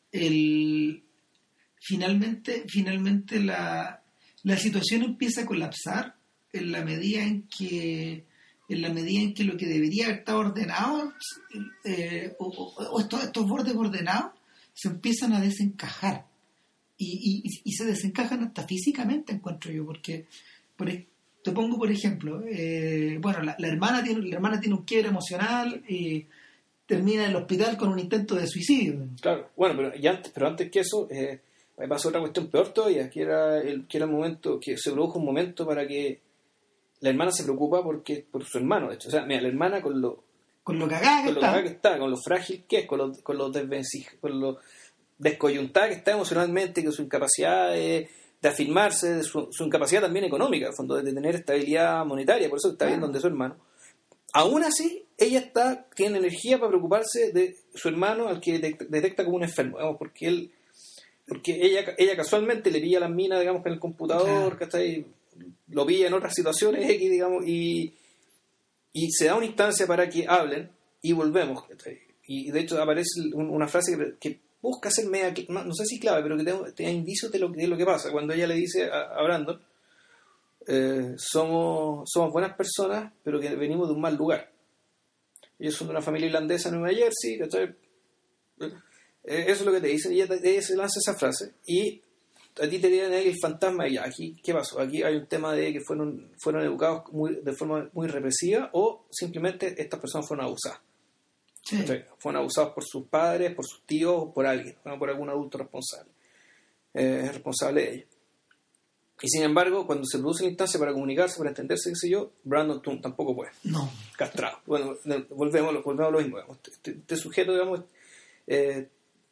el finalmente finalmente la la situación empieza a colapsar en la medida en que en la medida en que lo que debería haber estado ordenado eh, o, o, o estos, estos bordes ordenados se empiezan a desencajar y, y, y se desencajan hasta físicamente, encuentro yo, porque por, te pongo por ejemplo, eh, bueno, la, la hermana tiene la hermana tiene un quiebre emocional y termina en el hospital con un intento de suicidio. Claro, bueno, pero, y antes, pero antes que eso eh, pasó otra cuestión peor todavía, que era el que era el momento, que se produjo un momento para que la hermana se preocupa porque por su hermano, de hecho. O sea, mira, la hermana con lo con lo cagada que, con lo está. Cagada que está, con lo frágil que es, con lo, con lo, desvenci- con lo descoyuntada que está emocionalmente, con su incapacidad de, de afirmarse, de su, su incapacidad también económica, en el fondo, de tener estabilidad monetaria, por eso está bien donde su hermano. Aún así, ella está tiene energía para preocuparse de su hermano, al que detecta, detecta como un enfermo, digamos, porque él porque ella ella casualmente le pilla las minas, digamos, en el computador, claro. ¿Cachai? Lo pilla en otras situaciones X, digamos, y, y se da una instancia para que hablen y volvemos. ¿Cachai? Y de hecho aparece un, una frase que, que busca ser media, no, no sé si clave, pero que te, te da indicios de lo, de lo que pasa. Cuando ella le dice a, a Brandon, eh, somos, somos buenas personas, pero que venimos de un mal lugar. Ellos son de una familia irlandesa en Nueva Jersey, ¿cachai? Eh, eso es lo que te dice, y ella, ella se lanza esa frase, y a ti te dirán el fantasma, y ya, aquí, ¿qué pasó? Aquí hay un tema de que fueron, fueron educados muy, de forma muy represiva, o simplemente estas personas fueron abusadas. Sí. Fueron abusados por sus padres, por sus tíos, por alguien, ¿no? Por algún adulto responsable, eh, responsable de ellos. Y sin embargo, cuando se produce la instancia para comunicarse, para entenderse, qué sé yo, Brandon t- tampoco puede. No. Castrado. Bueno, volvemos, volvemos a lo mismo. Este, este sujeto, digamos, eh,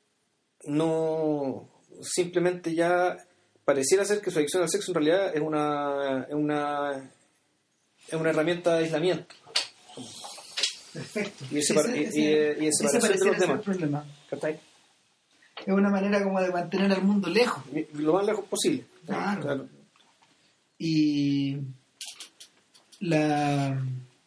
no... simplemente ya pareciera ser que su adicción al sexo en realidad es una es una es una herramienta de aislamiento. Perfecto. Y ese, ese, y, ese, y, y ese separación de los demás. Problema. Es una manera como de mantener al mundo lejos. Lo más lejos posible. Claro. claro. Y la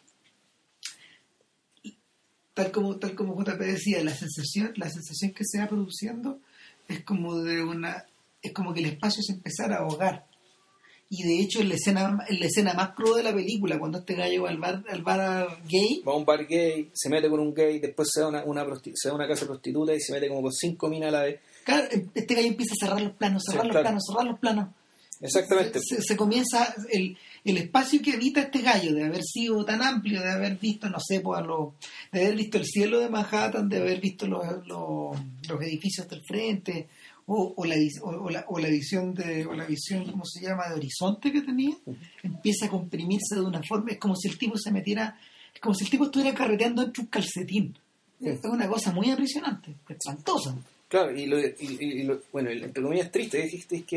tal como tal como J P decía, la sensación la sensación que se va produciendo es como de una es como que el espacio se empezara a ahogar. Y de hecho en la escena en la escena más cruda de la película, cuando este gallo va al bar al bar gay, va a un bar gay, se mete con un gay, después se da una, una prosti- se da una casa de prostituta y se mete como con cinco minas a la vez. Claro, este gallo empieza a cerrar los planos, cerrar sí, los claro. planos, cerrar los planos. Exactamente. Se, se, se comienza el, el espacio que habita este gallo, de haber sido tan amplio, de haber visto, no sé, pues, lo, de haber visto el cielo de Manhattan, de haber visto los, los, los edificios del frente, o, o, la, o, o, la, o la visión de, o la visión, ¿cómo se llama?, de horizonte que tenía, uh-huh. empieza a comprimirse de una forma, es como si el tipo se metiera, es como si el tipo estuviera carreteando entre un calcetín. Uh-huh. Es una cosa muy aprisionante, espantosa. Claro, y lo, y, y lo bueno, entre comillas triste es, es que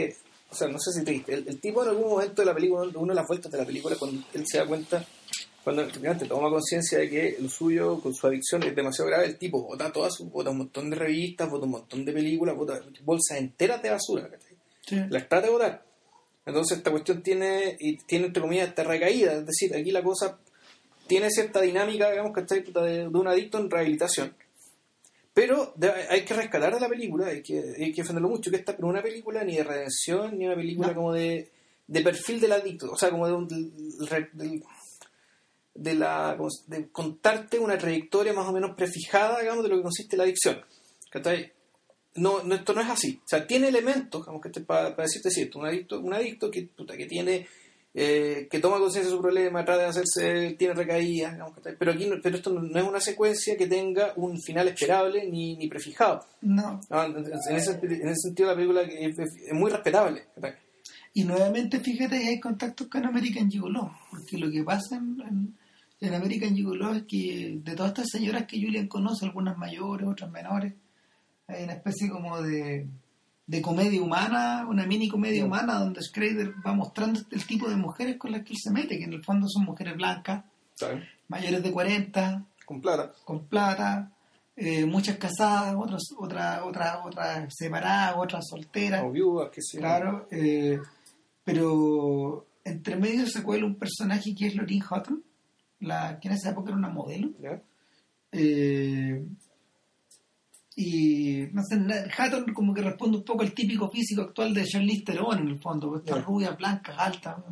o sea, no sé si triste, el, el tipo en algún momento de la película, una de las vueltas de la película, cuando él se da cuenta, cuando efectivamente toma conciencia de que lo suyo con su adicción es demasiado grave, el tipo bota todas sus, bota un montón de revistas, bota un montón de películas, bota bolsas enteras de basura, ¿cachai? Sí. Las trata de botar. Entonces esta cuestión tiene, y tiene entre comillas esta recaída, es decir, aquí la cosa tiene cierta dinámica, digamos, ¿cachai? De, de un adicto en rehabilitación. Pero de, hay que rescatar de la película, hay que, hay que defenderlo mucho, que esta no es una película ni de redención, ni una película no. como de, de perfil del adicto, o sea, como de un... De, de, de la de contarte una trayectoria más o menos prefijada, digamos, de lo que consiste la adicción. ¿Cachai? No, no, esto no es así. O sea, tiene elementos, digamos, ¿cachai? Para, para decirte cierto, un adicto, un adicto que, puta, que tiene, eh, que toma conciencia de su problema, trata de hacerse, tiene recaídas, digamos, ¿cachai? Pero aquí, no, pero esto no es una secuencia que tenga un final esperable ni, ni prefijado. No. no en, en, ese, en ese sentido la película es, es muy respetable, ¿cachai? Y nuevamente fíjate que hay contactos con American Gigolo, porque lo que pasa en, en, en American Gigolo es que de todas estas señoras que Julian conoce, algunas mayores, otras menores, hay una especie como de, de comedia humana, una mini comedia sí. humana, donde Schrader va mostrando el tipo de mujeres con las que él se mete, que en el fondo son mujeres blancas, sí. mayores de cuarenta, con plata, con plata eh, muchas casadas, otras otras otras otras separadas, otras solteras, o viudas, que sí. Claro, eh, pero entre medio se cuela un personaje que es Lorraine Houghton, la que en esa época era una modelo. Yeah. Eh, y no sé, Houghton como que responde un poco al típico físico actual de Charlize Theron en el fondo, esta yeah. rubia, blanca, alta.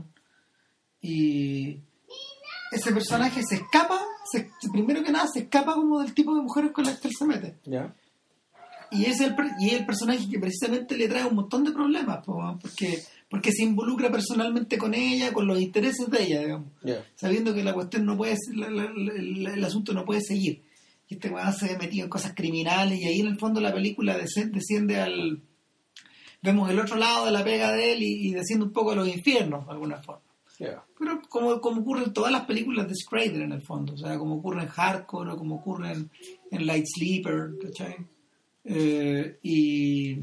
Y ese personaje se escapa, se, primero que nada se escapa como del tipo de mujeres con las que él se mete. Yeah. Y es el y es el personaje que precisamente le trae un montón de problemas, porque porque se involucra personalmente con ella, con los intereses de ella, digamos, yeah. sabiendo que la cuestión no puede, la, la, la, el, el asunto no puede seguir. Y este weón se ve metido en cosas criminales y ahí en el fondo la película desciende al, vemos el otro lado de la pega de él y, y desciende un poco a los infiernos de alguna forma. Yeah. Pero como, como ocurre en todas las películas de Schrader en el fondo, o sea, como ocurre en Hardcore o como ocurre en, en Light Sleeper, ¿cachai? Eh, y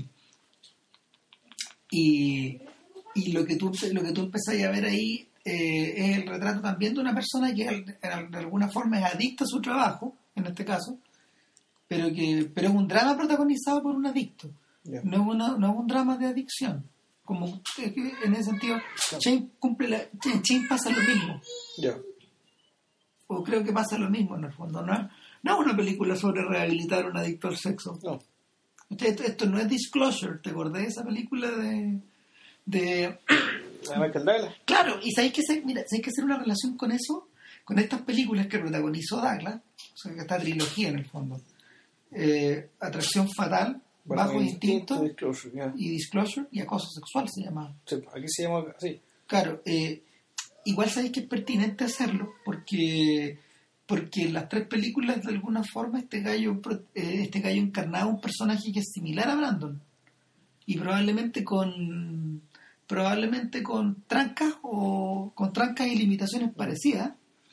y y lo que tú lo que tú empezás a ver ahí eh, es el retrato también de una persona que de alguna forma es adicta a su trabajo, en este caso, pero que pero es un drama protagonizado por un adicto. Yeah. No es una, no es un drama de adicción, como en ese sentido Shane cumple la, Shane pasa lo mismo. Yeah. O creo que pasa lo mismo en el fondo, no no es una película sobre rehabilitar a un adicto al sexo. No. Esto, esto no es Disclosure, ¿te acordás de esa película de de Michael Douglas? Claro, y sabéis que se, mira, sabéis que hacer una relación con eso, con estas películas que protagonizó Douglas, o sea, esta trilogía en el fondo, eh, Atracción Fatal, Bajo, Bajo Instinto, instinto Disclosure, yeah. y Disclosure y Acoso Sexual se llama. Sí, aquí se llama así. Claro, eh, igual sabéis que es pertinente hacerlo porque porque en las tres películas de alguna forma este gallo eh, este gallo encarnaba un personaje que es similar a Brandon y probablemente con probablemente con trancas o con trancas y limitaciones parecidas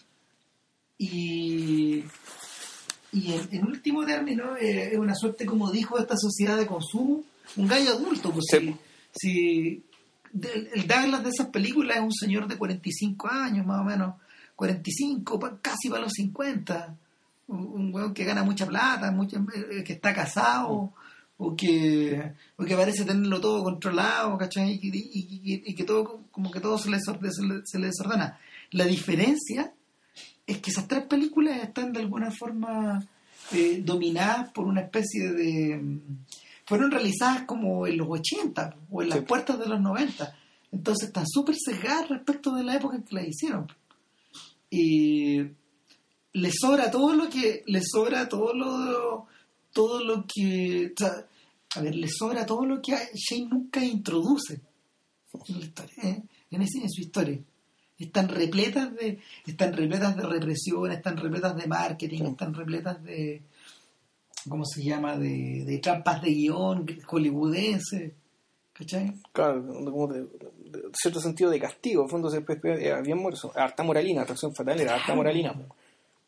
y y en, en último término eh, es una suerte, como dijo, de esta sociedad de consumo, un gallo adulto, pues sí. si, si el, el Douglas de esas películas es un señor de cuarenta y cinco años más o menos, cuarenta y cinco, casi para los cincuenta, un, un weón que gana mucha plata, mucha, eh, que está casado, o que o que parece tenerlo todo controlado, ¿cachai? Y, y, y, y que todo, como que todo se le, se, le, se le desordena. La diferencia es que esas tres películas están de alguna forma eh, dominadas por una especie de... fueron realizadas como en los ochenta o en las sí. puertas de los noventa, entonces están súper sesgadas respecto de la época en que las hicieron. Y les sobra todo lo que les sobra todo lo todo lo que o sea, a ver, les sobra todo lo que Shane nunca introduce en la historia, ¿eh? en, ese, en su historia. Están repletas de están repletas de represión, están repletas de marketing, sí. están repletas de ¿cómo se llama? de, de trampas de guión hollywoodense, ¿cachai? Claro, como de, de, de cierto sentido de castigo, en fondo se bien muerto, harta moralina, Atracción Fatal era harta moralina.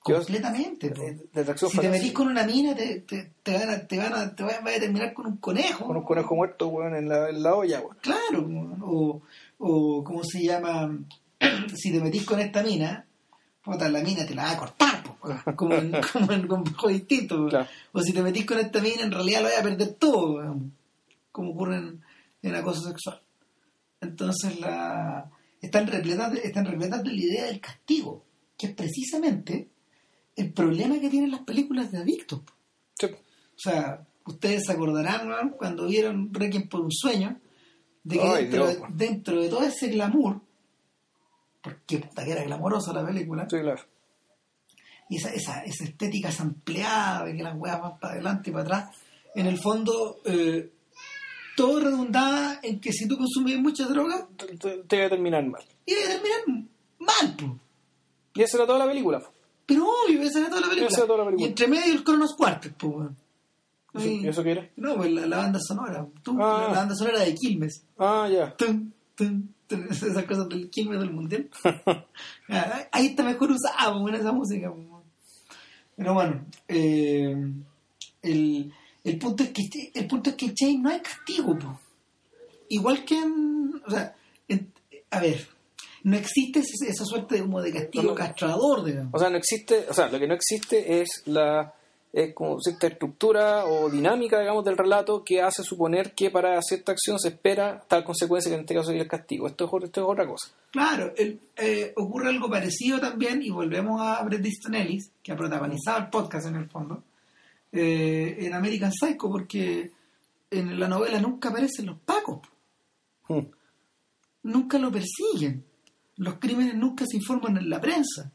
Completamente. De, de atracción si fatal, te metís sí. con una mina, te, te, te van a, te van a, te van a terminar con un conejo. Con un conejo muerto, weón, en la, en la olla, weón. Claro, o, o ¿cómo se llama? Si te metís con esta mina, puta, la mina te la va a cortar, po, como en, como en con Bajo Instinto. Claro. O si te metís con esta mina, en realidad lo vas a perder todo, como ocurre en, en acoso sexual. Entonces la están repletas de, están repletas de la idea del castigo, que es precisamente el problema que tienen las películas de adictos. Sí. O sea, ustedes se acordarán, ¿no?, cuando vieron Requiem por un sueño, de que Ay, dentro, Dios, de, dentro de todo ese glamour, porque puta que era glamorosa la película, Sí, claro. y esa, esa, esa estética sampleada de que las weas van para adelante y para atrás, en el fondo eh, todo redundaba en que si tú consumías mucha droga, Te, te, te iba a terminar mal. iba a terminar mal, pues. Y esa era toda la película. po. Pero obvio, esa era toda la película. Esa era toda la película. Y entre medio el Cronos Quartet, pues, weón. ¿Y eso, ¿y eso qué era? No, pues la, la banda sonora. Tú, Ah. la, la banda sonora de Quilmes. Ah, ya. Tum, tum, tum, esas cosas del Quilmes del Mundial. Ah, ahí está mejor usada, pues, esa música. Pues. Pero bueno, eh, el, el punto es que el punto es que en Chain no hay castigo, pues. Igual que en, o sea, en, a ver, no existe esa, esa suerte de, como de castigo No, no. castrador, digamos. O sea, no existe, o sea, lo que no existe es la es como cierta estructura o dinámica, digamos, del relato que hace suponer que para cierta acción se espera tal consecuencia que en este caso sería el castigo. Esto es, esto es otra cosa. Claro, el, eh, ocurre algo parecido también, y volvemos a Bret Easton Ellis, que ha protagonizado el podcast en el fondo, eh, en American Psycho, porque en la novela nunca aparecen los pacos, Hmm. nunca lo persiguen, los crímenes nunca se informan en la prensa.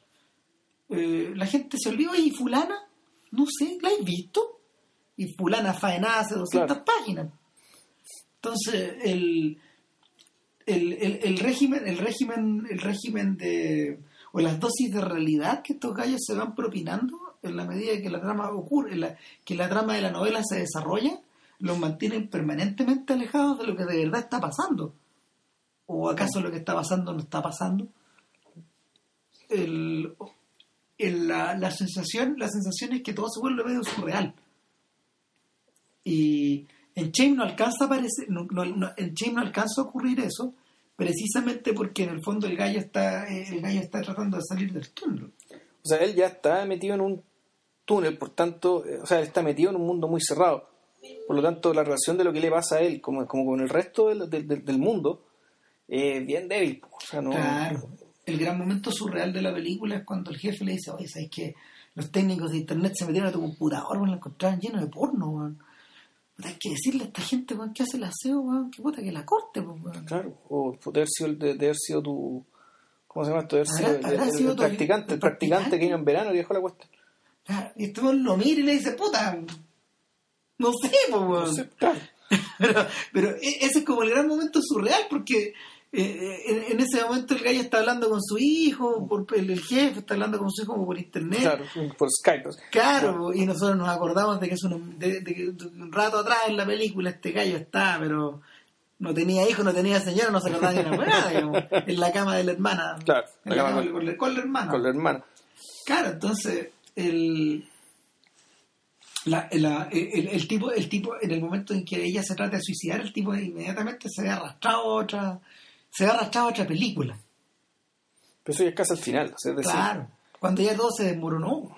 Eh, la gente se olvida, y fulana, no sé, ¿la has visto? Y fulana faenada hace doscientas Claro. páginas. Entonces, el, el, el, el régimen, el régimen, el régimen de, o las dosis de realidad que estos gallos se van propinando en la medida que la trama ocurre, en la, que la trama de la novela se desarrolla, los mantienen permanentemente alejados de lo que de verdad está pasando. ¿O acaso lo que está pasando no está pasando? El, el, la, la sensación la sensación es que todo se vuelve medio surreal. Y en Chain no alcanza a aparecer, no, no, no, en Chain no alcanza a ocurrir eso, precisamente porque en el fondo el gallo está el gallo está tratando de salir del túnel. O sea, él ya está metido en un túnel, por tanto, eh, o sea, él está metido en un mundo muy cerrado. Por lo tanto, la relación de lo que le pasa a él, como, como con el resto del, del, del mundo, es eh, bien débil. O sea, no... Claro. El gran momento surreal de la película es cuando el jefe le dice, oye, ¿sabes qué? Los técnicos de internet se metieron a tu computador, weón, la encontraron lleno de porno, weón. Hay que decirle a esta gente, weón, que hace el aseo, weón, que puta que la corte, weón. Claro, o de haber sido, de, de haber sido tu... ¿Cómo se llama esto? De haber sido Habrá- el, habrá el- el sido tu- practicante, el el practicante practicante. que vino en verano y dejó la cuestión. Claro, y este weón lo mira y le dice, puta, no sé, pues, weón. No sé, claro. Pero, pero e- ese es como el gran momento surreal, porque eh, en, en ese momento el gallo está hablando con su hijo, por, el, el jefe está hablando con su hijo como por internet. Claro, por Skype. Claro, y nosotros nos acordamos de que es un, de, de que un rato atrás en la película este gallo está, pero no tenía hijo, no tenía señora, no se acordaba ni una weá, digamos, en la cama de la hermana. Claro, en la la cama cama con, la, con la hermana. Con la hermana. Claro, entonces el, la, la- el, el tipo, el tipo, en el momento en que ella se trata de suicidar, el tipo inmediatamente se ve arrastrado a otra, se ve arrastrado a otra película. Pero eso ya es casi al final. O sea, es decir, Claro, cuando ya todo se desmoronó.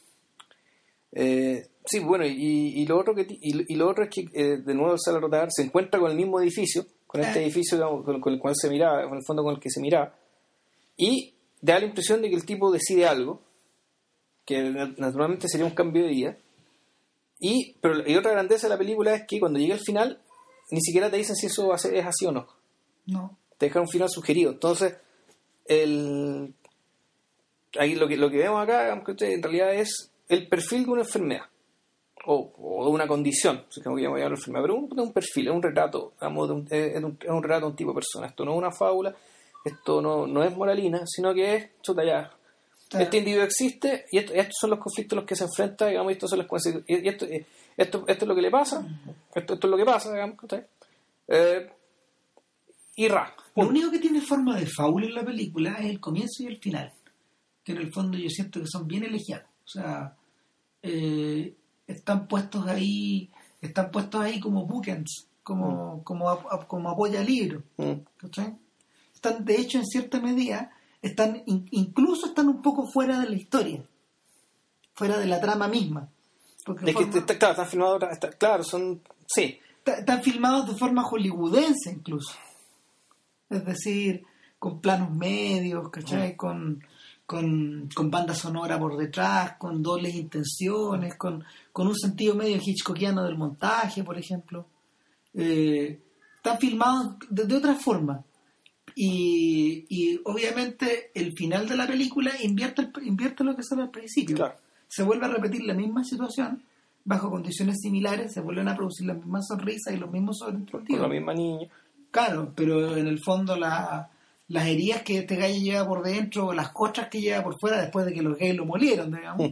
eh, sí, bueno, y, y lo otro que ti- y, y lo otro es que eh, de nuevo sale a rotar, se encuentra con el mismo edificio, con este Eh. edificio digamos, con, con el cual se miraba, en el fondo con el que se miraba, y da la impresión de que el tipo decide algo, que na- naturalmente sería un cambio de vida, y, pero, y otra grandeza de la película es que cuando llega al final, ni siquiera te dicen si eso va a ser- es así o no. No. Te dejan un final sugerido. Entonces, el ahí lo que lo que vemos acá digamos, que en realidad es el perfil de una enfermedad o, o de una condición, si como que llamo ya la enfermedad, pero un, un perfil, es un retrato, digamos, de un, es, un, es un retrato de un tipo de persona. Esto no es una fábula, esto no, no es moralina, sino que es, chuta ya, Claro. este individuo existe y esto- estos son los conflictos a los que se enfrenta, digamos, y estos son las consecu- y y esto, eh, esto, esto es lo que le pasa, esto, esto es lo que pasa, digamos, ¿cachai? Eh, y ra, Lo punto. único que tiene forma de fábula en la película es el comienzo y el final. que en el fondo yo siento que son bien elegiados. O sea, eh, están puestos ahí, están puestos ahí como bookends, como, mm. como, a, como apoya al libro. Mm. ¿Cachai? Están, de hecho, en cierta medida, están in, incluso están un poco fuera de la historia, fuera de la trama misma. Porque es forma, que está, claro, están filmados, está, claro, son, sí. Está, están filmados de forma hollywoodense incluso. Es decir, con planos medios, ¿cachai? Mm. Con, con, con banda sonora por detrás, con dobles intenciones, con, con un sentido medio hitchcockiano del montaje, por ejemplo. Eh, están filmados de, de otra forma. Y, y obviamente el final de la película invierte, invierte lo que sale al principio. Claro. Se vuelve a repetir la misma situación bajo condiciones similares, se vuelven a producir las mismas sonrisas y los mismos sobreentendidos. Con la misma niña. Claro, pero en el fondo la, las heridas que este gallo lleva por dentro, las costras que lleva por fuera después de que los gays lo molieron, digamos,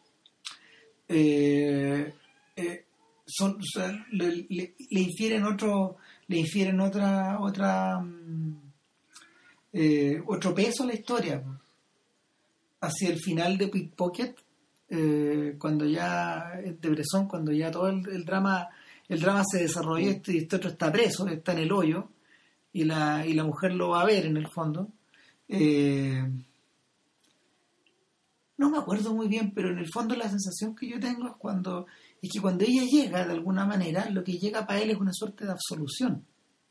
eh, eh, son, o sea, le, le, le infieren otro, le infieren otra, otra, um, eh, otro peso a la historia. Hacia el final de Pickpocket, eh, cuando ya de Bresson, cuando ya todo el, el drama, el drama se desarrolló, este, este otro está preso, está en el hoyo, y la, y la mujer lo va a ver en el fondo. Eh, no me acuerdo muy bien, pero en el fondo la sensación que yo tengo es cuando es que cuando ella llega, de alguna manera, lo que llega para él es una suerte de absolución.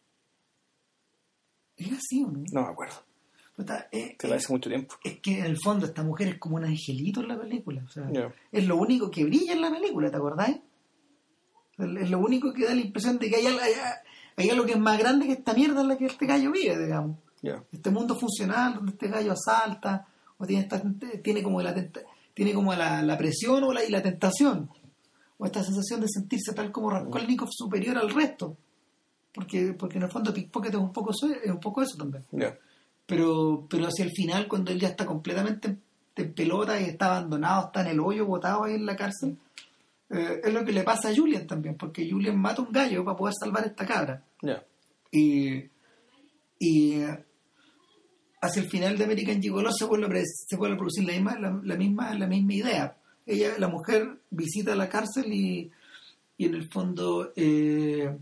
¿Es así o no? No me acuerdo. Eh, Te lo hace mucho tiempo. Es que en el fondo esta mujer es como un angelito en la película. O sea, yeah. Es lo único que brilla en la película, ¿te acordáis? Es lo único que da la impresión de que hay, hay, hay algo que es más grande que esta mierda en la que este gallo vive, digamos. Yeah. Este mundo funcional donde este gallo asalta o tiene, esta, tiene como, la, tiene como la, la presión o la, y la tentación. O esta sensación de sentirse tal como Raskolnikov superior al resto. Porque, porque en el fondo Pickpocket es un poco, es un poco eso también. Yeah. Pero, pero hacia el final, cuando él ya está completamente en pelota y está abandonado, está en el hoyo, botado ahí en la cárcel, eh, es lo que le pasa a Julian también, porque Julian mata un gallo para poder salvar a esta cabra. Yeah. Y, y hacia el final de American Gigolo se vuelve a, se vuelve a producir la misma, la, la misma la misma idea. Ella, la mujer, visita la cárcel y, y en el fondo eh,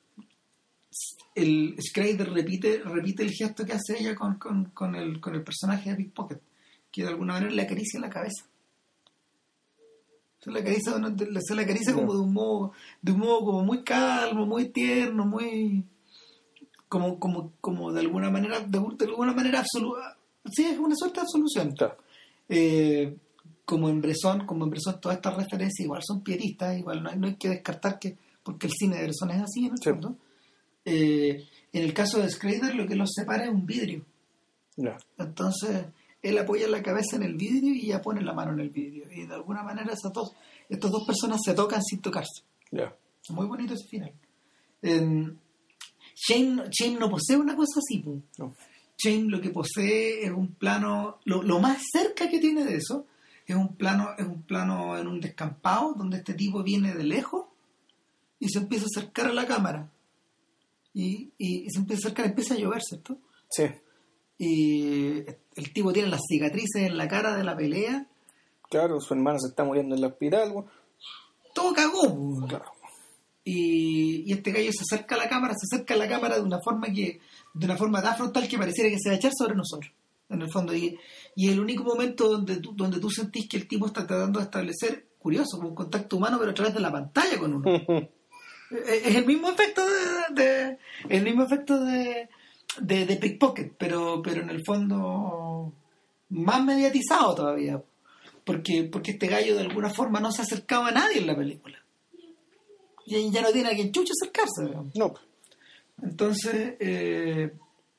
el Schrader repite repite el gesto que hace ella con, con, con, el, con el personaje de Pickpocket, que de alguna manera le acaricia la cabeza. Se la acaricia, se la acaricia como de un modo de un modo como muy calmo, muy tierno, muy como como como de alguna manera de, de alguna manera absoluta. Sí, es una suerte de absolución. Claro. Eh, como en Bresson, como en Bresson todas estas referencias igual son pieristas, igual no hay, no hay que descartar que porque el cine de Bresson es así en el sí. fondo. Eh, en el caso de Schrader lo que los separa es un vidrio. Yeah. Entonces él apoya la cabeza en el vidrio y ella pone la mano en el vidrio y de alguna manera esas dos, estas dos personas se tocan sin tocarse. Yeah. Muy bonito ese final. eh, Shane, Shane no posee una cosa así, pues. No. Shane lo que posee es un plano, lo, lo más cerca que tiene de eso es un plano, es un plano en un descampado donde este tipo viene de lejos y se empieza a acercar a la cámara y, y, y se empieza a acercar, empieza a llover, ¿cierto? Sí. Y el tipo tiene las cicatrices en la cara de la pelea. Claro, su hermana se está muriendo en el hospital. Bueno. Todo cagó. Claro. Y, y este gallo se acerca a la cámara, se acerca a la cámara de una forma que, de una forma tan frontal que pareciera que se va a echar sobre nosotros, en el fondo. Y, y el único momento donde tú, donde tú sentís que el tipo está tratando de establecer, curioso, como un contacto humano, pero a través de la pantalla con uno. Es el mismo efecto de, de el mismo efecto de de, de Pickpocket, pero pero en el fondo más mediatizado todavía, porque porque este gallo de alguna forma no se acercaba a nadie en la película y ya no tiene a quien chucha acercarse, digamos. No. Entonces eh,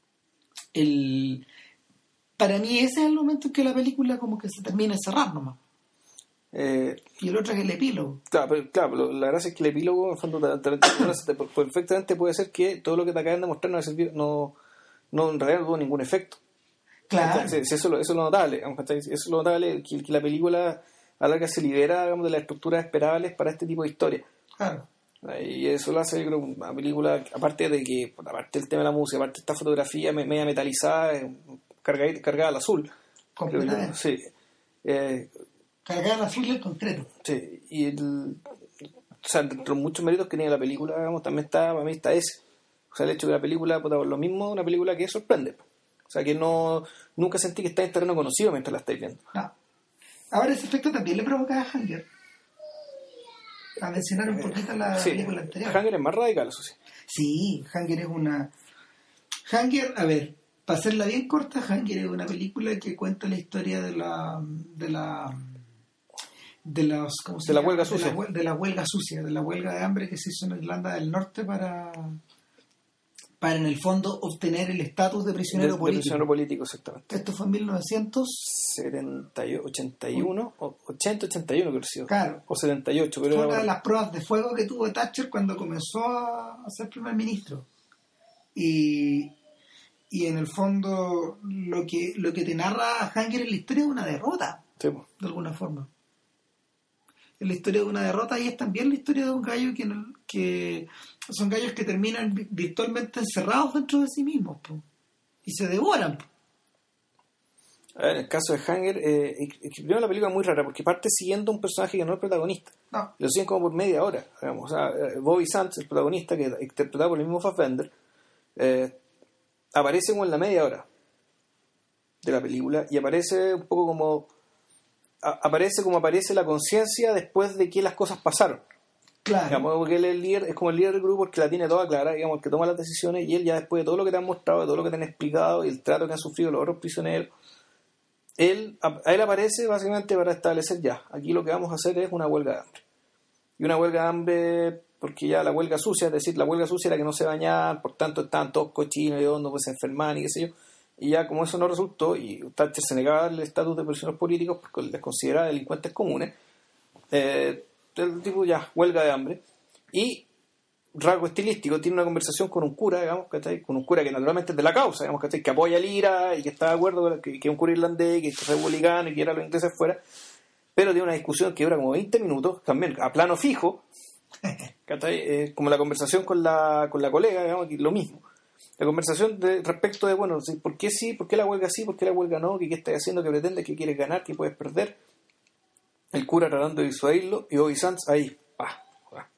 el para mí ese es el momento en que la película como que se termina de cerrar nomás. Eh, y el otro es el epílogo. Claro, pero, claro, la gracia es que el epílogo, en el fondo, te, te, te, te, perfectamente puede ser que todo lo que te acaban de mostrar no, no, no en realidad no tuvo ningún efecto. Claro. Entonces, eso, eso es lo notable. Eso es lo notable, que, que la película a la que se libera, digamos, de las estructuras esperables para este tipo de historia. Claro. Y eso lo hace, yo creo, una película, aparte de que, aparte del tema de la música, aparte de esta fotografía media metalizada, cargada, cargada al azul. Completamente. Sí. Eh, Cargada a thriller concreto. Sí, y el, o sea, dentro de muchos méritos que tenía la película, digamos, también está, para mí está ese. O sea, el hecho de que la película, puta, lo mismo, una película que sorprende. O sea, que no nunca sentí que está en terreno conocido mientras la estáis viendo. No. Ahora, ese efecto también le provocaba a Hunger. A mencionar un poquito la sí, película anterior. Hunger es más radical, eso sí. Sí, Hunger es una... Hunger, a ver, para hacerla bien corta, Hunger es una película que cuenta la historia de la... de la... de los, ¿cómo se de la llama? huelga de sucia. La, de la huelga sucia, de la huelga de hambre que se hizo en Irlanda del Norte para... para en el fondo obtener el estatus de prisionero de, político. De prisionero político, exactamente. Esto fue en mil novecientos setenta, ochenta y uno, o ochenta, ochenta y uno creo que sí. Claro. O setenta y ocho, pero fue era una de bueno. las pruebas de fuego que tuvo Thatcher cuando comenzó a ser primer ministro. Y, y en el fondo lo que lo que te narra Hunger en la historia es una derrota, Sí, pues. de alguna forma. Es la historia de una derrota y es también la historia de un gallo que, que son gallos que terminan virtualmente encerrados dentro de sí mismos, po, y se devoran. Po. A ver, en el caso de Hunger, eh, primero la película es muy rara porque parte siguiendo un personaje que no es protagonista. No. Lo siguen como por media hora, digamos. O sea, Bobby Sands, el protagonista, que es interpretado por el mismo Fassbender, eh, aparece como en la media hora de la película y aparece un poco como a, aparece como aparece la conciencia después de que las cosas pasaron. Claro. Digamos, porque él es, el líder, es como el líder del grupo, el que la tiene toda clara, digamos, el que toma las decisiones, y él ya después de todo lo que te han mostrado, de todo lo que te han explicado y el trato que han sufrido los otros prisioneros, él, a, a él aparece básicamente para establecer ya, aquí lo que vamos a hacer es una huelga de hambre. Y una huelga de hambre porque ya la huelga sucia, es decir, la huelga sucia era que no se bañaban, por tanto estaban todos cochinos y hondos, pues se enfermaban y qué sé yo. Y ya como eso no resultó, y Thatcher se negaba el estatus de prisioneros políticos porque les consideraba delincuentes comunes, eh, el tipo ya, huelga de hambre. Y rasgo estilístico, tiene una conversación con un cura, digamos, ¿cachai? Con un cura que naturalmente es de la causa, digamos, ¿cachai? Que apoya a Lira y que está de acuerdo, que, que es un cura irlandés, que es republicano y que quiere a los ingleses fuera, pero tiene una discusión que dura como veinte minutos, también a plano fijo, ¿cachai? Eh, como la conversación con la, con la colega, digamos, que lo mismo. La conversación de, respecto de, bueno, ¿por qué sí? ¿Por qué la huelga sí? ¿Por qué la huelga no? ¿Qué, qué estás haciendo? ¿Qué pretendes? ¿Qué quieres ganar? ¿Qué puedes perder? El cura tratando de disuadirlo y Bobby Sands ahí, pa, pa.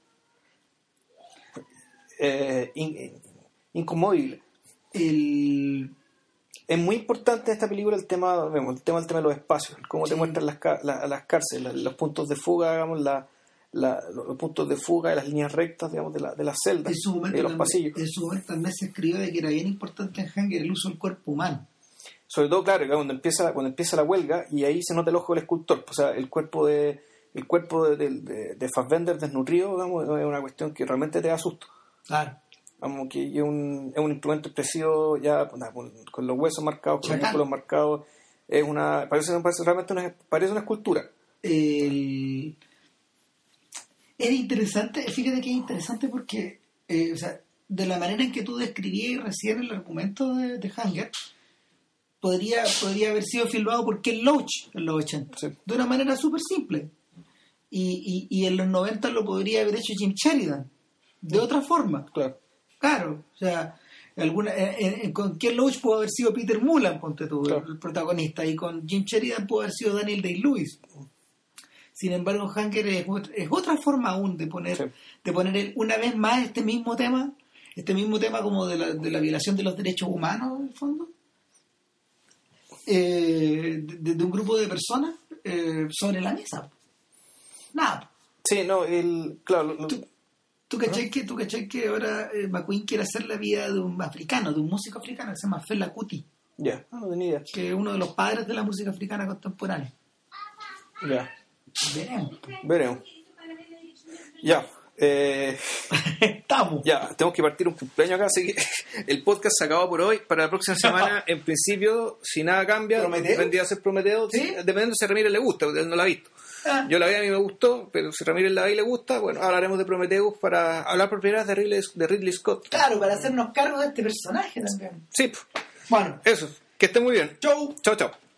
Eh, in, incomóvil. El... Es muy importante en esta película el tema, vemos, el tema, el tema de los espacios, cómo sí. te muestran las, la, las cárceles, los puntos de fuga, digamos, la, la, los puntos de fuga y las líneas rectas, digamos, de, la, de las celdas, en su momento de los también, pasillos. En su momento también se escribió de que era bien importante en Hunger el uso del cuerpo humano. Sobre todo, claro, cuando empieza, cuando empieza la huelga y ahí se nota el ojo del escultor, o sea, el cuerpo de el cuerpo de, de, de, de Fassbender desnutrido, digamos, es una cuestión que realmente te da susto. Claro. Vamos, que es un, es un instrumento expresivo ya con, con los huesos marcados, con los músculos marcados. Es una, parece, parece realmente una, parece una escultura. El... Es interesante, fíjate que es interesante porque, eh, o sea, de la manera en que tú describías recién el argumento de, de Hunger, podría, podría haber sido filmado por Ken Loach en los ochenta, sí. De una manera súper simple. Y, y, y en los noventa lo podría haber hecho Jim Sheridan, de sí. otra forma. Claro. Claro, o sea, alguna, en, en, con Ken Loach pudo haber sido Peter Mullan, ponte tú, claro. el, el protagonista, y con Jim Sheridan pudo haber sido Daniel Day-Lewis. Sin embargo, Hunger es, es otra forma aún de poner, sí. de poner el, una vez más este mismo tema, este mismo tema como de la, de la violación de los derechos humanos, en el fondo, eh, de, de un grupo de personas eh, sobre la mesa. Nada. Sí, no, el, claro. Lo, ¿Tú, tú cachai ¿no? que, tú cachai que ahora eh, McQueen quiere hacer la vida de un africano, de un músico africano que se llama Fela Kuti? Ya, yeah. no, no tenía idea. Que es uno de los padres de la música africana contemporánea. Ya. Yeah. Veremos. Veremos. Ya. Eh, Estamos. Ya, tenemos que partir un cumpleaños acá, así que el podcast se acabó por hoy. Para la próxima semana, en principio, si nada cambia, vendría a ser Prometeo. ¿Sí? Dependiendo si a Ramírez le gusta, porque él no la ha visto. Ah. Yo la vi, a mí me gustó, pero si Ramírez la ve y le gusta, bueno, hablaremos de Prometheus para hablar por primera vez de Ridley, de Ridley Scott. Claro, para hacernos cargo de este personaje también. Sí. Bueno. Eso. Que esté muy bien. Chau. Chau, chau.